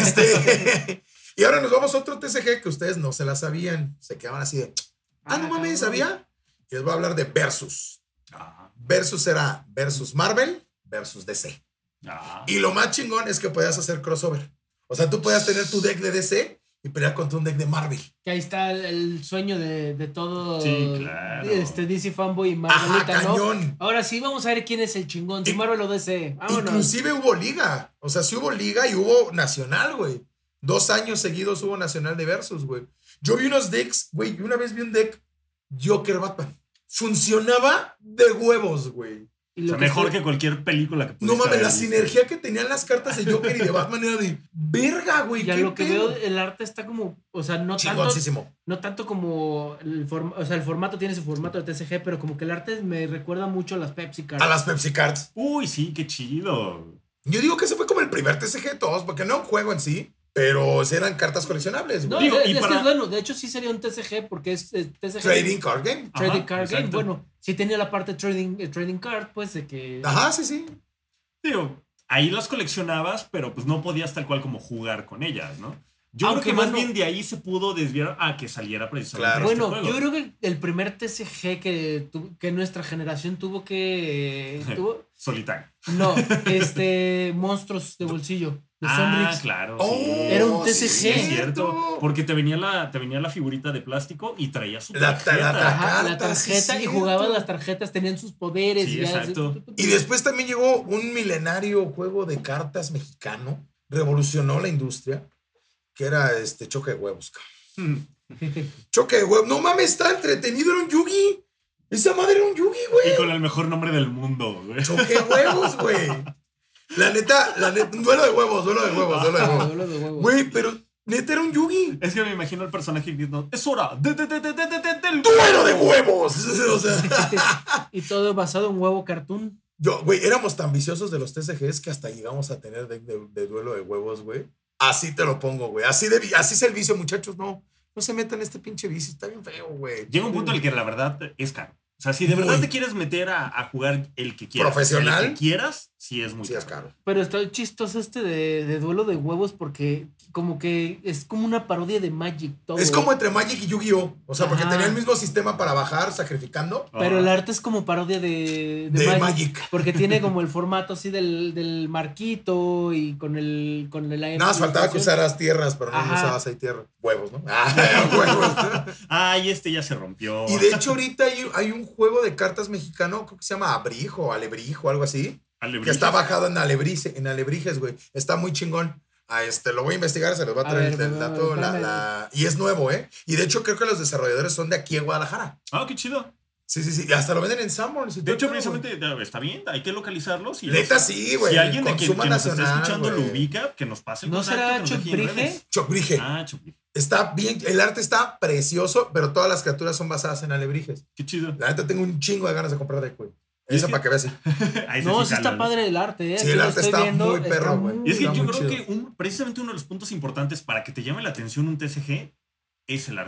Y ahora nos vamos a otro TCG que ustedes no se la sabían. Se quedaban así de, no mames, cabrón. ¿sabía? Y les voy a hablar de Versus. Ah, Versus será Versus Marvel versus DC. ah. Y lo más chingón es que podías hacer crossover. O sea, tú podías tener tu deck de DC y pelear contra un deck de Marvel. Que ahí está el sueño de todo Sí, claro. DC fanboy y Ajá, Marvelita, ¿no? cañón. Ahora sí, vamos a ver quién es el chingón, si Y- Marvel o DC. Vámonos. Inclusive hubo liga. O sea, sí hubo liga y hubo nacional, güey. 2 años seguidos hubo nacional de Versus, güey. Yo vi unos decks, güey. Una vez vi un deck Joker Batman. Funcionaba de huevos, güey. Y O lo sea, que mejor estoy- que cualquier película que No pudiste mames, la haber visto. sinergia que tenían las cartas de Joker y de Batman era de verga, güey. Ya qué lo que pedo. veo, el arte está como, o sea, Chingoncísimo. no tanto como o sea, el formato tiene su formato de TCG, pero como que el arte me recuerda mucho a las Pepsi Cards. A las Pepsi Cards. Uy, sí, qué chido. Yo digo que ese fue como el primer TCG de todos, porque no era un juego en sí, pero sí eran cartas coleccionables, No, güey. Digo, es, y es para- que es bueno, de hecho sí sería un TCG porque es TCG. Trading Card Game. Trading Ajá, Card Game. exacto. Bueno, sí tenía la parte trading card, pues de que... Ajá, sí, sí. Digo, ahí las coleccionabas, pero pues no podías tal cual como jugar con ellas, ¿no? Yo Aunque, creo que más mano, bien de ahí se pudo desviar a que saliera precisamente Claro. este Bueno, juego. yo creo que el primer TCG que nuestra generación tuvo que... Solitario. No, monstruos de bolsillo, de Sonrix. Claro, Oh, sí. Era un TCG. Sí, es cierto. Porque te venía la figurita de plástico y traía su La tarjeta. Ajá, la carta, sí, tarjeta y cierto. jugabas las tarjetas, tenían sus poderes. Sí, ya, exacto. Y después también llegó un milenario juego de cartas mexicano, revolucionó la industria, que era Choque de Huevos, cabrón. Choque de Huevos. No mames, está entretenido, era un Yugi. Esa madre era un Yugi, güey. Y con el mejor nombre del mundo, güey. Choque de Huevos, güey. La neta, duelo de huevos, duelo de huevos, duelo de huevos. Duelo de huevos. Güey, pero neta era un Yugi. Es que me imagino el personaje gritando, es hora del ¡Duelo de huevos! O sea, Y todo basado en huevo cartoon. güey, éramos tan viciosos de los TCGs que hasta llegamos a tener deck de duelo de huevos, güey. Así te lo pongo, güey. Así es el vicio, muchachos. No se metan en este pinche vicio. Está bien feo, güey. Llega un punto en el que la verdad es caro. O sea, si de verdad Muy. te quieres meter a jugar el que quieras, Profesional. el que quieras, sí es muy Sí, es caro. Pero está chistoso de duelo de huevos porque como que es como una parodia de Magic todo. Es como entre Magic y Yu-Gi-Oh! O sea, porque Ajá. tenía el mismo sistema para bajar, sacrificando. Pero el arte es como parodia de De Magic, Magic. Porque tiene como el formato así del marquito y con el Nada más faltaba que usaras tierras, pero no Ajá. usabas ahí tierra. Huevos, ¿no? Huevos. Ay, este ya se rompió. Y de hecho ahorita hay un juego de cartas mexicano, creo que se llama Abrijo, Alebrijo, algo así, que está bajado en Alebrijes, güey. Está muy chingón. Lo voy a investigar, se los voy a traer el dato. Y es nuevo, ¿eh? Y de hecho creo que los desarrolladores son de aquí en Guadalajara. Ah, qué chido. Sí. Y hasta lo venden en Sanborns. y De todo hecho, el pedo, güey. precisamente, está bien, hay que localizarlos. Y Neta, sí, güey. Si alguien de que Consuma nos esté nacional, escuchando güey. lo ubica, que nos pase el ¿No contacto, será que nos deje en Choprige? redes. Choprige. Ah, Choprige. Está bien, el arte está precioso, pero todas las criaturas son basadas en alebrijes. Qué chido. La neta tengo un chingo de ganas de comprar deck, güey. Y es Esa que- para que veas. Ahí No, sí sí está jala, ¿no? padre el arte, ¿eh? Sí, Aquí el lo arte estoy está viendo, muy perro, güey. Y es que Está yo muy creo chido. que precisamente uno de los puntos importantes para que te llame la atención un TCG es el arte.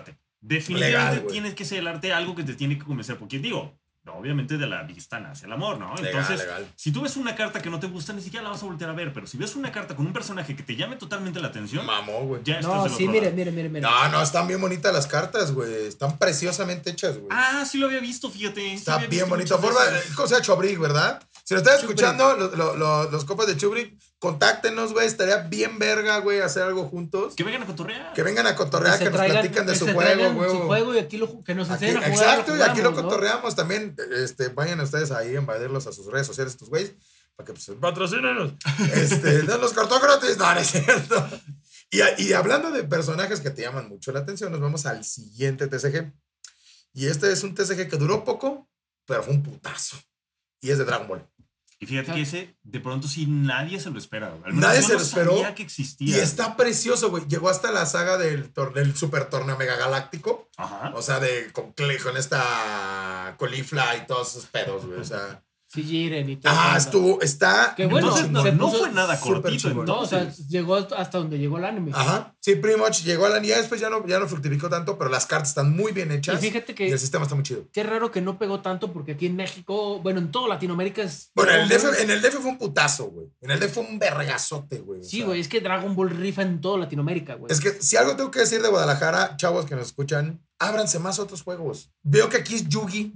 Definitivamente Legal, güey. tienes que ser el arte algo que te tiene que convencer. Porque digo, obviamente de la vista nace el amor, ¿no? Legal, Entonces, legal. si tú ves una carta que no te gusta, ni siquiera la vas a voltear a ver. Pero si ves una carta con un personaje que te llame totalmente la atención, Mamó, güey. ya estás No, del sí, otro lado. mire. No, están bien bonitas las cartas, güey. Están preciosamente hechas, güey. Ah, sí lo había visto, fíjate. Sí Está había bien visto bonito. muchas Forma, de esas. cosa Chobrick, ¿verdad? Si lo están Chubrick. escuchando, los copas de Chubrick, contáctenos, güey. Estaría bien verga, güey, hacer algo juntos. Que vengan a cotorrear. Que vengan a cotorrear, que nos traigan- platican de que su se juego, traigan güey. su juego y aquí que nos Aquí, enseñen a jugar. exacto, y aquí lo jugamos, ¿no? cotorreamos también. Vayan ustedes ahí a invadirlos a sus redes sociales, estos güeyes, para que pues, patrocínenos. Den los cartón gratis. No, no es cierto. Y hablando de personajes que te llaman mucho la atención, nos vamos al siguiente TCG. Y este es un TCG que duró poco, pero fue un putazo. Y es de Dragon Ball. Y fíjate que ese, de pronto sí, nadie se lo espera. Güey. Al menos Nadie yo se no lo esperó. sabía que existía. Y está precioso, güey. Llegó hasta la saga del Super Torneo Mega Galáctico. Ajá. O sea, con esta Colifla y todos esos pedos, güey. O sea. Sí, Jiren y todo. Está. Qué bueno, Entonces no, se no puso fue nada súper cortito. chingón. No, o sea, Entonces. llegó hasta donde llegó el anime. Ajá. Sí, pretty much llegó a la niña. Después ya no fructificó tanto, pero las cartas están muy bien Y hechas. fíjate Y que el sistema está muy chido. qué raro que no pegó tanto porque aquí en México, bueno, en toda Latinoamérica es. Bueno, Dragon Ball. en el DF fue un putazo, güey. En el DF fue un vergazote, güey. Sí, güey, es que Dragon Ball rifa en toda Latinoamérica, güey. Es que si algo tengo que decir de Guadalajara, chavos que nos escuchan, ábranse más otros juegos. Veo que aquí es Yugi.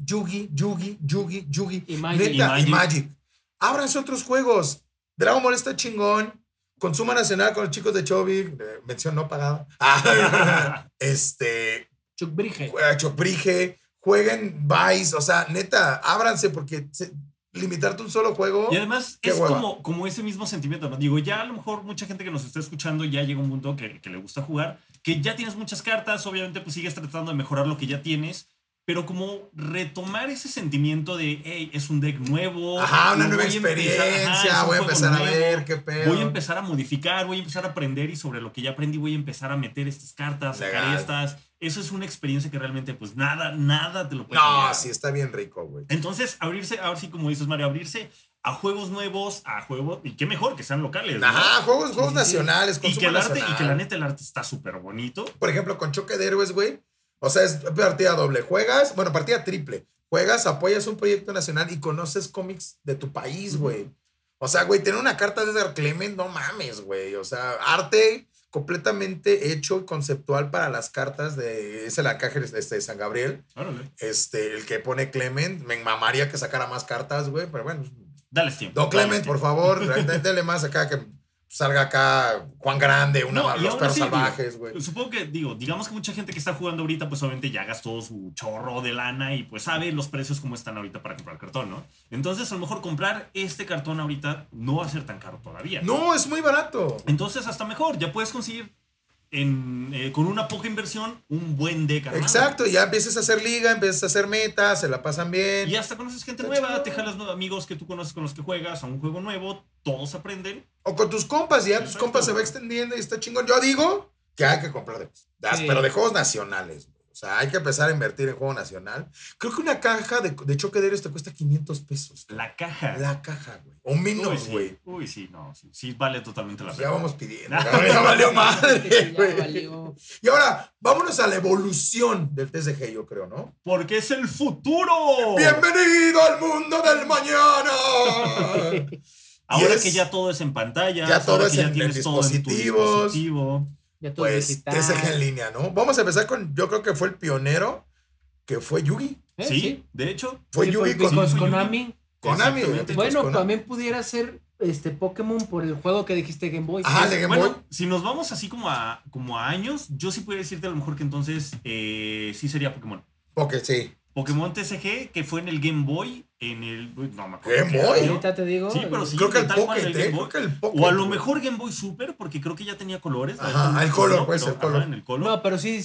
Y Magic. Neta, y Magic. Ábranse otros juegos. Dragon Ball está chingón. Consuma nacional con los chicos de Chobi. Mención no pagada. Chuck Brige. Choprige. Jueguen Vice. O sea, neta, ábranse porque limitarte un solo juego. Y además qué es hueva. como ese mismo sentimiento, ¿no? Digo, ya a lo mejor mucha gente que nos está escuchando ya llega a un punto que le gusta jugar, que ya tienes muchas cartas, obviamente pues sigues tratando de mejorar lo que ya tienes, pero como retomar ese sentimiento de, hey, es un deck nuevo. Ajá, una voy nueva a empezar- experiencia. es un Voy a juego empezar a nuevo, ver qué pedo. Voy a empezar a modificar, voy a empezar a aprender y sobre lo que ya aprendí voy a empezar a meter estas cartas, sacar Legal. estas. Eso es una experiencia que realmente pues nada te lo puede No, cambiar. sí, está bien rico, güey. Entonces, abrirse, ahora sí, como dices, Mario, abrirse a juegos nuevos, a juegos, y qué mejor que sean locales, ¿no? Ajá, juegos sí, sí. nacionales, Y que consumo el arte, nacional. y que la neta el arte está súper bonito. Por ejemplo, con Choque de Héroes, güey. O sea, es partida doble. Juegas, bueno, partida triple. Juegas, apoyas un proyecto nacional y conoces cómics de tu país, güey. O sea, güey, tener una carta de Edgar Clement, no mames, güey. O sea, arte completamente hecho y conceptual para las cartas de... Es el Arcángel de San Gabriel. Órale. El que pone Clement. Me mamaría que sacara más cartas, güey. Pero bueno. Dales tiempo. Don Clement, dales por tiempo. favor, denle más acá que salga acá Juan Grande, No, y los aún perros así, salvajes, güey. Supongo que, digamos que mucha gente que está jugando ahorita, pues obviamente ya gastó su chorro de lana y pues sabe los precios como están ahorita para comprar cartón, ¿no? Entonces, a lo mejor comprar este cartón ahorita no va a ser tan caro todavía. No, es muy barato. Entonces, hasta mejor, ya puedes conseguir con una poca inversión un buen deck armado. Exacto, ya empiezas a hacer liga, empiezas a hacer metas, se la pasan bien. Y hasta conoces gente Está nueva, chido. te jalas amigos que tú conoces con los que juegas a un juego nuevo, todos aprenden. O con tus compas, y ya tus Exacto. compas se va extendiendo y está chingón. Yo digo que hay que comprar Sí. pero de juegos nacionales, güey. O sea, hay que empezar a invertir en juego nacional. Creo que una caja de Choque de Héroes te cuesta 500 pesos. La caja. La caja, güey. O menos, sí. güey. Uy, sí, no, sí vale totalmente la Ya pena. vamos pidiendo. cabrón, Ya valió madre, Ya güey. valió. Y ahora, vámonos a la evolución del TCG, yo creo, ¿no? Porque es el futuro. ¡Bienvenido al mundo del mañana! Ahora Y es- que ya todo es en pantalla, ya todo ahora es que ya en tienes todo en tu dispositivos. dispositivo. Ya todo es Pues digital. TCG en línea, ¿no? Vamos a empezar con, yo creo que fue el pionero, que fue Yugi. Sí, de hecho. Fue Sí, Yugi pues, con pues, fue Yugi. Konami. Konami. Exactamente. Bueno, Konami. también pudiera ser Pokémon por el juego que dijiste Game Boy. Ajá, de Game Bueno, Boy. si nos vamos así como a años, yo sí puedo decirte a lo mejor que entonces sí sería Pokémon. Porque sí. Pokémon TCG, que fue en el Game Boy, no me acuerdo. Game qué Boy. año. Ahorita te digo. Sí, pero sí. Creo que el tal cual Pocket, el Game Boy. Creo que el Pocket. O a lo güey. mejor Game Boy Super, porque creo que ya tenía colores. Ajá, Ahorita el no color, recuerdo, pues, pero, el color. en el color. No, pero sí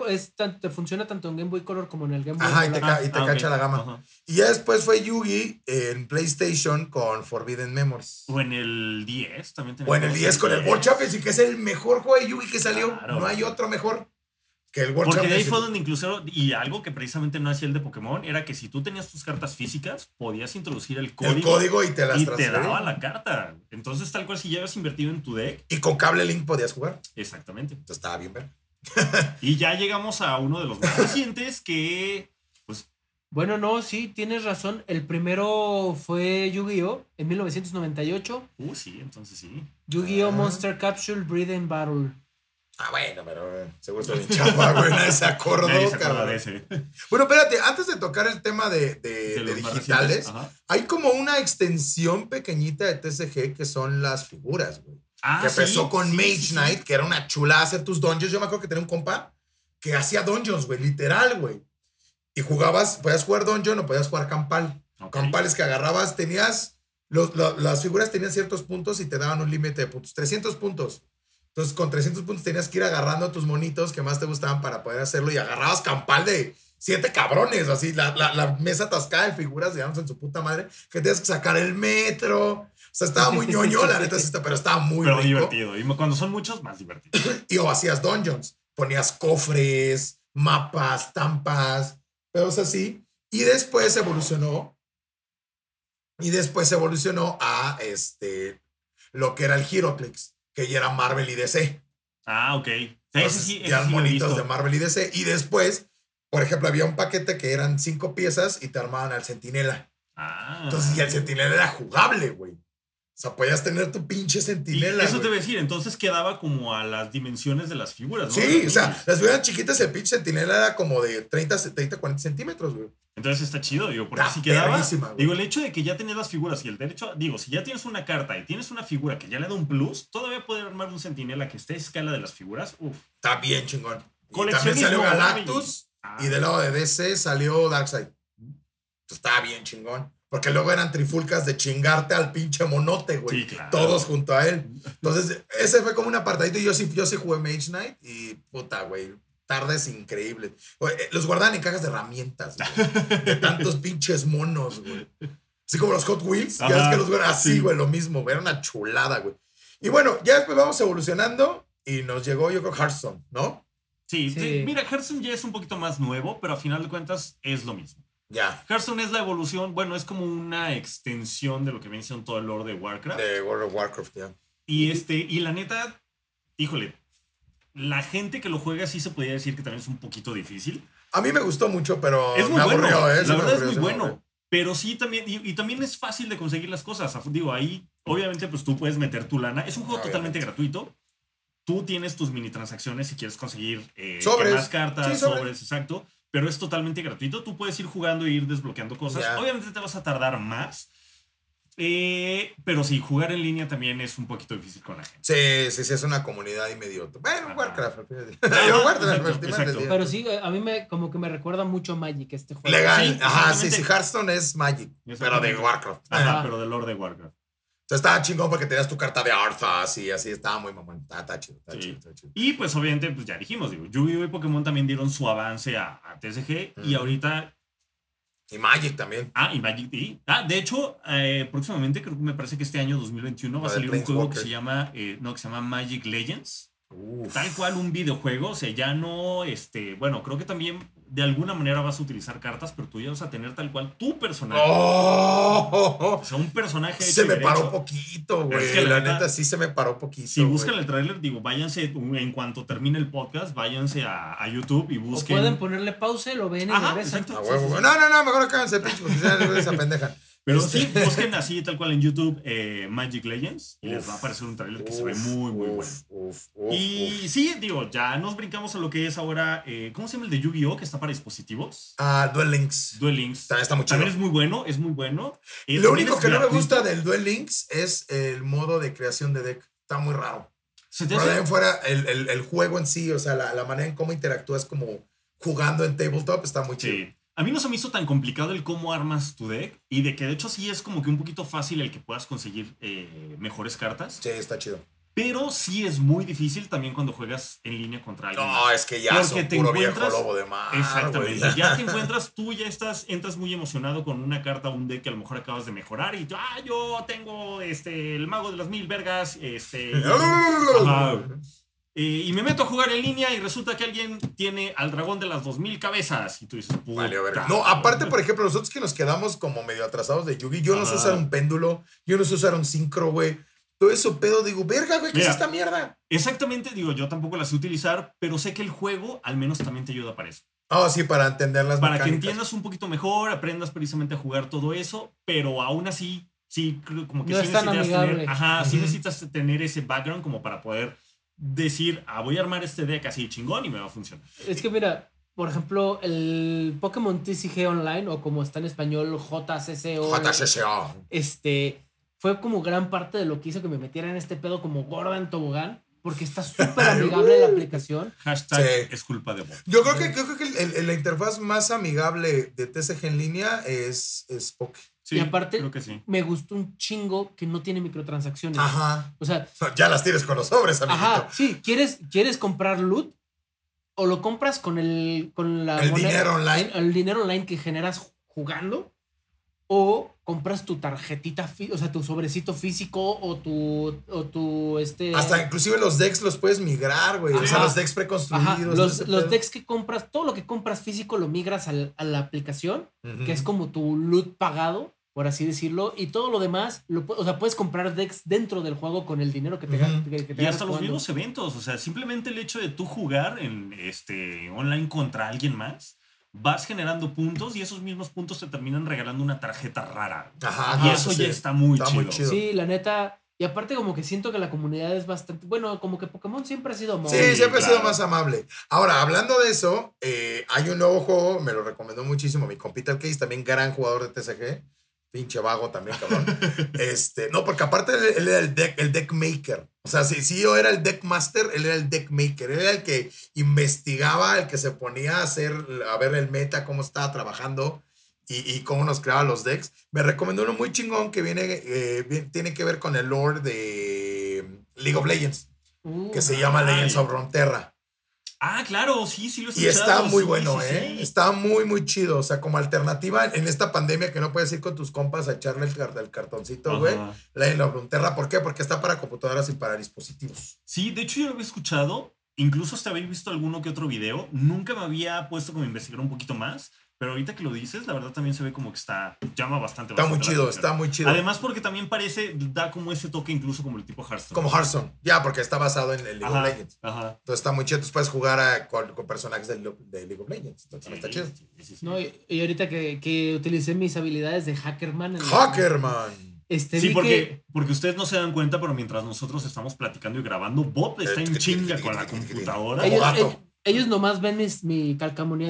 te funciona tanto en Game Boy Color como en el Game Boy Ajá, y Color. te cacha ok. la gama. Ajá. Y ya después fue Yugi en PlayStation con Forbidden Memories. O en el 10 también tenía. O en el 10 con el World Championship, que es el mejor juego de Yugi que salió. Claro. No hay otro mejor que el World Porque de ahí Championship. fue donde incluso, y algo que precisamente no hacía el de Pokémon, era que si tú tenías tus cartas físicas, podías introducir el código, El código y te las y te transfería. daba la carta. Entonces, tal cual, si ya habías invertido en tu deck, Y con cable link podías jugar. exactamente. Entonces estaba bien ver. Y ya llegamos a uno de los más recientes que, pues, Bueno, no, sí, tienes razón. El primero fue Yu-Gi-Oh! En 1998. sí, entonces sí. Yu-Gi-Oh! Ah. Monster Capsule Breed and Battle. Ah, bueno, pero seguro está bien chapa, güey. Nadie se acordó, Nadie se acuerda cabrón. de ese. Bueno, espérate, antes de tocar el tema de los más digitales, recientes, ajá. hay como una extensión pequeñita de TCG que son las figuras, güey. Ah, Que sí, empezó con sí, Mage sí, sí. Knight, que era una chulada hacer tus dungeons. Yo me acuerdo que tenía un compa que hacía dungeons, güey, literal, güey. Y jugabas, podías jugar dungeon o podías jugar campal. Ok. Campales que agarrabas, tenías, las figuras tenían ciertos puntos y te daban un límite de puntos, 300 puntos. Entonces, con 300 puntos tenías que ir agarrando tus monitos que más te gustaban para poder hacerlo y agarrabas campal de 7 cabrones, así, la mesa atascada de figuras, digamos, en su puta madre, que tenías que sacar el metro. O sea, estaba muy ñoño, la neta, sí está, pero estaba muy Pero rico. divertido. Y cuando son muchos, más divertido. Y o hacías dungeons, ponías cofres, mapas, tampas, pedos así. Y después evolucionó. Y después evolucionó a lo que era el HeroClix, que ya era Marvel y DC. Ah, ok. Ese Entonces, sí, ese ya sí lo he monitos visto. de Marvel y DC. Y después, por ejemplo, había un paquete que eran 5 piezas y te armaban al Centinela. Ah. Entonces ya el Centinela era jugable, güey. O sea, podías tener tu pinche Y Centinela. eso güey. te voy a decir, entonces quedaba como a las dimensiones de las figuras, ¿no? Sí, o sea, las figuras chiquitas, el pinche Centinela era como de 30, 40 centímetros, güey. Entonces está chido, digo, porque Está si quedaba, perrísima, güey. digo, el hecho de que ya tenías las figuras y el derecho, digo, si ya tienes una carta y tienes una figura que ya le da un plus, todavía poder armar un centinela que esté a escala de las figuras, uff. Está bien chingón. Y también Coleccionismo, salió ¿no? Galactus y del lado de DC salió Darkseid. Está bien chingón. Porque luego eran trifulcas de chingarte al pinche monote, güey. Sí, claro. Todos junto a él. Entonces, ese fue como un apartadito. Y yo sí jugué Mage Knight. Y puta, güey. Tardes increíbles. Los guardaban en cajas de herramientas, güey. De tantos pinches monos, güey. Así como los Hot Wheels. Ya ves que los guardan así, sí. güey. Lo mismo, güey. Era una chulada, güey. Y bueno, ya después vamos evolucionando. Y nos llegó, yo creo, Hearthstone, ¿no? Sí, Sí. mira, Hearthstone ya es un poquito más nuevo, pero a final de cuentas es lo mismo. Ya. Hearthstone es la evolución, bueno, es como una extensión de lo que viene siendo todo el lore de Warcraft. De World of Warcraft, ya. Y la neta, híjole, la gente que lo juega sí se podría decir que también es un poquito difícil. A mí me gustó mucho, pero Es muy me bueno, aburrió, ¿eh? Sí la me verdad es aburrió, muy sí me bueno. aburrió. Pero sí también, y también es fácil de conseguir las cosas. Digo, ahí, obviamente, pues tú puedes meter tu lana. Es un juego totalmente gratuito. Tú tienes tus mini transacciones si quieres conseguir Sobres. más cartas, Sí, sobres. sobres, exacto. Pero es totalmente gratuito. Tú puedes ir jugando e ir desbloqueando cosas. Ya. Obviamente te vas a tardar más. Pero sí, jugar en línea también es un poquito difícil con la gente. Sí, es una comunidad y medio. Bueno, Ajá. Warcraft. al final del día. Ajá, Warcraft, exacto, al final del exacto. día. Pero sí, a mí como que me recuerda mucho a Magic este juego. Legal. Sí, Ajá, exactamente. sí, Hearthstone es Magic, pero de Exactamente. Warcraft. Ajá, Ajá. pero del Lord de Warcraft. Entonces estaba chingón porque tenías tu carta de Arthas y así estaba muy mamón. Está chido, está Sí. chido, está chido. Y pues obviamente, pues ya dijimos, digo, Yu-Gi-Oh! Y Pokémon también dieron su avance a TCG. Y Ujú. ahorita. Y Magic también. Y Magic. De hecho, próximamente, creo que me parece que este año 2021 va a Lo de salir un juego que Planeswalker. se llama Magic Legends. Uf. Tal cual un videojuego, o sea, ya no, bueno, creo que también de alguna manera vas a utilizar cartas, pero tú ya vas a tener tal cual tu personaje. ¡Oh! O sea, un personaje hecho Se y me paró derecho. poquito, Pero es güey. que La la neta, neta sí se me paró poquito. Si buscan güey. el tráiler, digo, váyanse, en cuanto termine el podcast, váyanse a YouTube y O busquen. pueden ponerle pausa, lo ven y Ajá, regresan. exacto. A Sí, huevo, sí, güey. sí. No, mejor acábense, pinche, porque ya esa pendeja. Pero sí, busquen así, tal cual en YouTube, Magic Legends, y les Uf, va a aparecer un tráiler que se ve muy, muy bueno. Uf. Y sí, digo, ya nos brincamos a lo que es ahora, ¿cómo se llama el de Yu-Gi-Oh? Que está para dispositivos. Duel Links. Duel Links. También está muy chido. También es muy bueno, es muy bueno. Lo También único es que no me gratuito. gusta del Duel Links es el modo de creación de deck. Está muy raro. ¿Se te Pero de ahí hace? en fuera, el juego en sí, o sea, la manera en cómo interactúas como jugando en tabletop está muy chido. Sí. A mí no se me hizo tan complicado el cómo armas tu deck y de que de hecho sí es como que un poquito fácil el que puedas conseguir mejores cartas. Sí, está chido. Pero sí es muy difícil también cuando juegas en línea contra alguien. No, es que ya Porque son te puro viejo encuentras- lobo de mar. Exactamente. güey. Ya te encuentras, tú ya entras muy emocionado con una carta o un deck que a lo mejor acabas de mejorar y yo tengo el mago de las 1000 vergas, Ajá. Y me meto a jugar en línea y resulta que alguien tiene al dragón de las 2000 cabezas. Y tú dices, puta. Vale, a ver. No, aparte, por ejemplo, nosotros que nos quedamos como medio atrasados de Yugi, yo no sé Ajá. usar un péndulo, yo no sé usar un sincro, güey. todo eso pedo, digo, verga, güey, ¿qué es Mira, esta mierda? Exactamente, digo, yo tampoco la sé utilizar, pero sé que el juego al menos también te ayuda para eso. Oh, sí, para entender las Para que mecánicas. entiendas un poquito mejor, aprendas precisamente a jugar todo eso, pero aún así, sí, como que No sí es tan necesitas amigable. tener, sí Ujú. necesitas tener ese background como para poder decir, voy a armar este deck así chingón y me va a funcionar. Es que mira, por ejemplo, el Pokémon TCG Online, o como está en español, JCCO, JCCO. fue como gran parte de lo que hizo que me metiera en este pedo como gorda en tobogán, porque está súper amigable la aplicación. Hashtag Sí. es culpa de vos. Yo creo que la interfaz más amigable de TCG en línea es Poké. Sí, Y aparte, creo que sí. me gustó un chingo que no tiene microtransacciones. Ajá. O sea, Ya las tienes con los sobres, amiguito. ajá, sí, ¿quieres comprar loot? O lo compras con la El moneda, dinero online. el dinero online que generas jugando, o compras tu tarjetita, o sea, tu sobrecito físico o tu Hasta inclusive los decks los puedes migrar, güey. O sea, Ajá. los decks Ajá, preconstruidos. los ese pedo. decks que compras, todo lo que compras físico lo migras a la aplicación, Ujú. que es como tu loot pagado, por así decirlo, y todo lo demás, o sea, puedes comprar decks dentro del juego con el dinero que te, Ujú. que te Y ganas hasta los jugando. mismos eventos, o sea, simplemente el hecho de tú jugar en online contra alguien más, vas generando puntos y esos mismos puntos te terminan regalando una tarjeta rara. Ajá, Y no, eso sí, ya sí. está muy Está chido. muy chido. Sí, la neta. Y aparte como que siento que la comunidad es bastante... Bueno, como que Pokémon siempre ha sido amor. Sí, Sí, siempre ha sido claro. más amable. Ahora, hablando de eso, hay un nuevo juego, me lo recomendó muchísimo mi compita el Case, también gran jugador de TCG. Pinche vago también, cabrón. No, porque aparte él era el deck maker. O sea, si yo era el deck master, él era el deck maker. Él era el que investigaba, el que se ponía a ver el meta, cómo estaba trabajando y cómo nos creaba los decks. Me recomendó uno muy chingón que tiene que ver con el lore de League of Legends, que se llama Legends of Runeterra. Claro, sí, lo he Y escuchado. está muy sí, bueno, sí, ¿eh? sí. Está muy, muy chido. O sea, como alternativa en esta pandemia que no puedes ir con tus compas a echarle el cartoncito, güey. Ajá. Legend of Runeterra, ¿por qué? Porque está para computadoras y para dispositivos. Sí, de hecho yo lo había escuchado, incluso hasta había visto alguno que otro video, nunca me había puesto como a investigar un poquito más, pero ahorita que lo dices, la verdad también se ve como que llama bastante, Está muy bastante la chido, atención. está muy chido. Además porque también da como ese toque incluso como el tipo Hearthstone. Como Hearthstone. Ya, porque está basado en el League of Legends. Ajá. Entonces está muy chido. Entonces puedes jugar con personajes de League of Legends. Entonces está chido. Sí. ¿No? Y ahorita que utilicé mis habilidades de Hackerman. Hackerman. Sí, vi porque ustedes no se dan cuenta, pero mientras nosotros estamos platicando y grabando, Bob está en chinga con la computadora. Como gato. Ellos nomás ven mi calcamonía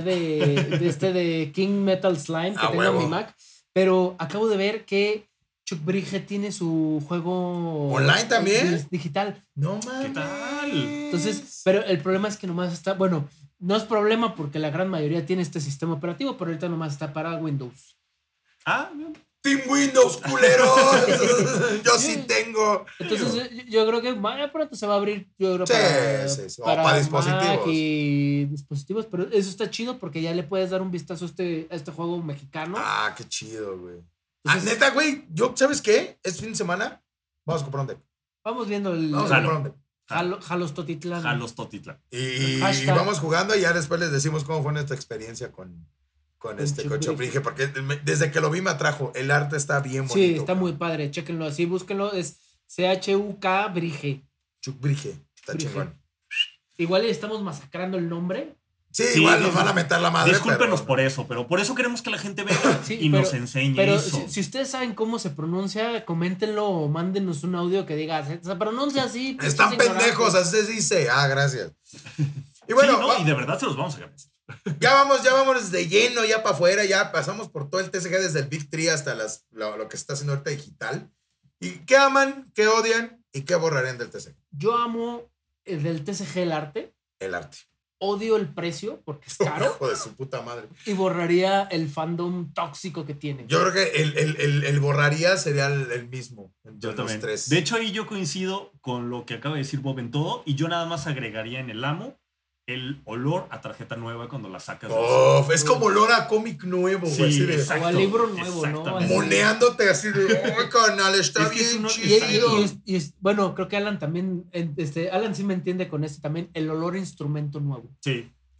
de King Metal Slime que tengo en mi Mac, pero acabo de ver que Chuck Brige tiene su juego ¿Online también? digital. No mames. ¿Qué tal? Entonces, pero el problema es que nomás está, bueno, no es problema porque la gran mayoría tiene este sistema operativo, pero ahorita nomás está para Windows. Bien. Team Windows, culeros. Yo sí tengo. Entonces yo creo que más pronto se va a abrir, yo creo, Sí. Para dispositivos. Mac y dispositivos, pero eso está chido porque ya le puedes dar un vistazo a este juego mexicano. Qué chido, güey. Entonces, Neta, güey, ¿sabes qué? Este fin de semana vamos a comprar un deck. Vamos viendo Vamos a comprar un deck. Jalos Totitlán. Jalos Totitlán. Y Hashtag. vamos jugando y ya después les decimos cómo fue nuestra experiencia con Chuck Brige, porque desde que lo vi me atrajo. El arte está bien bonito. Sí, está muy padre. Chéquenlo así, búsquenlo. Es CHUK Brige. Chuck Brige. Está Brige. chingón. Igual estamos masacrando el nombre. Sí, igual nos van a meter la madre. Discúlpenos por eso, pero por eso queremos que la gente venga y nos enseñe pero eso. Si ustedes saben cómo se pronuncia, coméntenlo o mándenos un audio que diga, se pronuncia así. Están pendejos, así se dice. Gracias. Y bueno, y de verdad se los vamos a agradecer. Ya vamos de lleno, ya para afuera, ya pasamos por todo el TCG desde el Big Tree hasta lo que se está haciendo ahorita digital. ¿Y qué aman, qué odian y qué borrarían del TCG? Yo amo del TCG el arte. El arte. Odio el precio porque es caro. Hijo de su puta madre. Y borraría el fandom tóxico que tiene. Yo creo que el borraría sería el mismo entre los tres. De hecho, ahí yo coincido con lo que acaba de decir Bob en todo y yo nada más agregaría en el amo el olor a tarjeta nueva cuando la sacas. Es como olor a cómic nuevo, güey. Sí, o a libro nuevo, ¿no? Moneándote así de, carnal, está bien chido. Bueno, creo que Alan también, Alan sí me entiende con esto también, el olor a instrumento nuevo. Sí.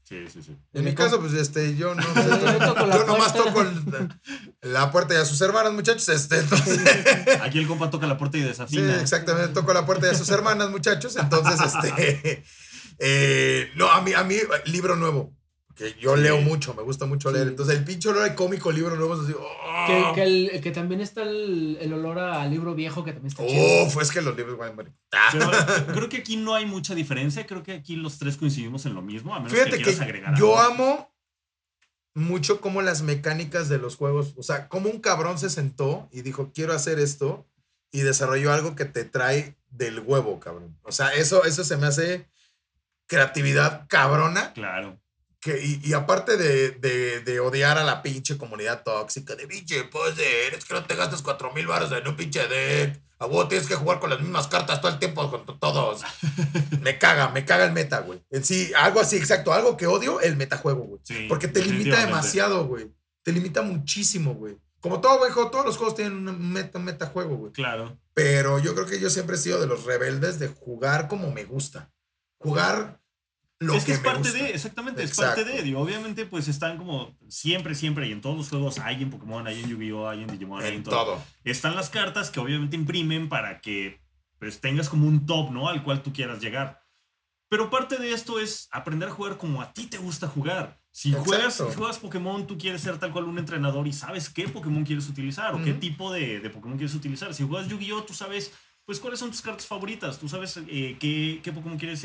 Sí. En mi caso, pues yo no sé. Yo toco la Yo nomás puerta. toco la puerta y a sus hermanas, muchachos. Entonces. Aquí el compa toca la puerta y Sí, desafina. exactamente. Toco la puerta de sus hermanas, muchachos. Entonces, no, a mí, libro nuevo. Que yo Sí. leo mucho, me gusta mucho leer. Sí. Entonces, el pinche olor de cómico, libro nuevo, es así. Que también está el olor a libro viejo que también está chido. Uf, es que los libros van a Pero creo que aquí no hay mucha diferencia. Creo que aquí los tres coincidimos en lo mismo. A menos Fíjate que quieras que agregar yo algo. amo mucho como las mecánicas de los juegos. O sea, como un cabrón se sentó y dijo, quiero hacer esto. Y desarrolló algo que te trae del huevo, cabrón. O sea, eso se me hace creatividad cabrona. Claro. Y aparte de odiar a la pinche comunidad tóxica, de pinche, pues es que no te gastas 4,000 baros en un pinche deck. A vos tienes que jugar con las mismas cartas todo el tiempo con todos. Me caga el meta, güey. En sí, algo así, exacto. Algo que odio, el metajuego, güey. Sí, Porque te limita definitivamente. demasiado, güey. Te limita muchísimo, güey. Como todo, güey, todos los juegos tienen un metajuego, güey. Claro. Pero yo creo que yo siempre he sido de los rebeldes de jugar como me gusta. Jugar lo Es que es me parte gusta. de, exactamente, Exacto. es parte de. Digo, obviamente, pues están como siempre, y en todos los juegos hay en Pokémon, hay en Yu-Gi-Oh!, hay en Digimon, hay en En todo. todo. Están las cartas que obviamente imprimen para que pues tengas como un top, ¿no? Al cual tú quieras llegar. Pero parte de esto es aprender a jugar como a ti te gusta jugar. Si Exacto. juegas Pokémon, tú quieres ser tal cual un entrenador y sabes qué Pokémon quieres utilizar o qué tipo de Pokémon quieres utilizar. Si juegas Yu-Gi-Oh!, tú sabes pues cuáles son tus cartas favoritas. Tú sabes qué Pokémon quieres,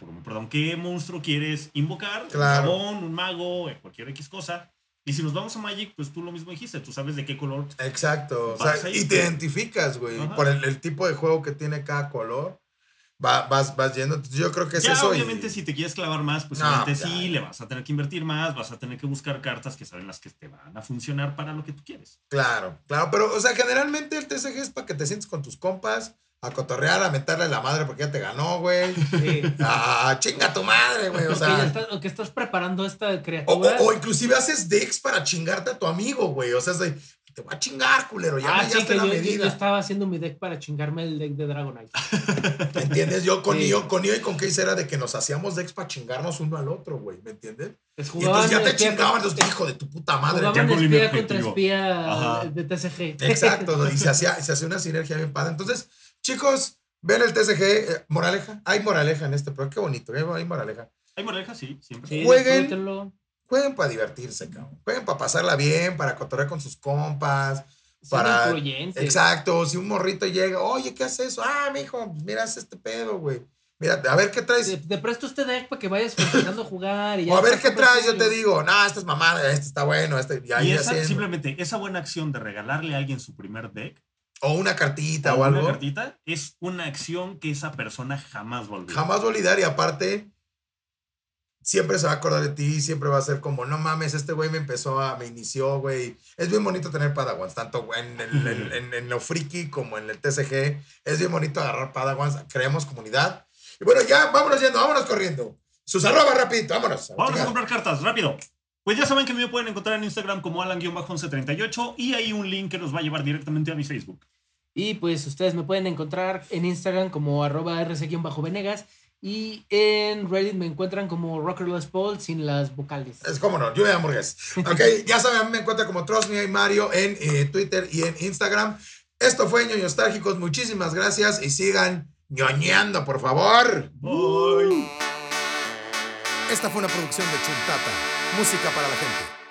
qué monstruo quieres invocar. Claro. Un dragón, un mago, cualquier X cosa. Y si nos vamos a Magic, pues tú lo mismo dijiste. Tú sabes de qué color. Exacto. O Vas sea, ahí, y te identificas, güey. Ajá. Por el tipo de juego que tiene cada color. Vas yendo. Entonces, yo creo que es Ya, eso. obviamente, si te quieres clavar más, pues No, obviamente ya, sí, ya. le vas a tener que invertir más, vas a tener que buscar cartas que saben las que te van a funcionar para lo que tú quieres. Claro. Pero, o sea, generalmente el TCG es para que te sientes con tus compas, a cotorrear, a meterle la madre porque ya te ganó, güey. Sí. Chinga tu madre, güey. O sea. O que estás preparando esta criatura. O inclusive haces decks para chingarte a tu amigo, güey. O sea, es de, te voy a chingar, culero. Ya me sí, hallaste que la yo medida. estaba haciendo mi deck para chingarme el deck de Dragonite. ¿Me entiendes? Yo con Sí. Neo y con Case era de que nos hacíamos decks para chingarnos uno al otro, güey. ¿Me entiendes? Pues Y entonces ya te espía chingaban los hijos de tu puta madre. Jugaban con espía línea contra objetivo. espía Ajá. de TCG. Exacto. Y se hacía una sinergia bien padre. Entonces, chicos, ven el TCG. Moraleja. Hay moraleja en este, pero qué bonito. Hay moraleja. Hay moraleja, sí, siempre. Sí, Jueguen. disfrútenlo. Jueguen para divertirse, cabrón. Jueguen para pasarla bien, para cotorrear con sus compas. Sean Para. influyentes. Exacto. Si un morrito llega, oye, ¿qué haces eso? Mijo, mira, haz este pedo, güey. Mira, a ver qué traes. Te presto este deck para que vayas empezando a jugar. Y ya O a ver después qué traes, yo compras te digo, no, esta es mamada, este está bueno, y ahí Y esa, haciendo. simplemente, esa buena acción de regalarle a alguien su primer deck O una cartita o una algo. cartita es una acción que esa persona jamás va a olvidar. Jamás va a olvidar y aparte, siempre se va a acordar de ti, siempre va a ser como, no mames, este güey me inició, güey. Es bien bonito tener Padawans, tanto en lo friki como en el TCG. Es bien bonito agarrar Padawans, creamos comunidad. Y bueno, ya, vámonos corriendo. Sus arrobas rapidito, vámonos. Vamos a comprar cartas, rápido. Pues ya saben que me pueden encontrar en Instagram como Alan-1138 y hay un link que nos va a llevar directamente a mi Facebook. Y pues ustedes me pueden encontrar en Instagram como @rc_venegas y en Reddit me encuentran como Rockerless Paul sin las vocales. Es como no, lluvia de hamburguesas. Ok, ya saben, a mí me encuentran como Trust Me y Mario en Twitter y en Instagram. Esto fue Ñoños Nostálgicos, muchísimas gracias y sigan ñoñando, por favor. Bye. Esta fue una producción de Chuntata, música para la gente.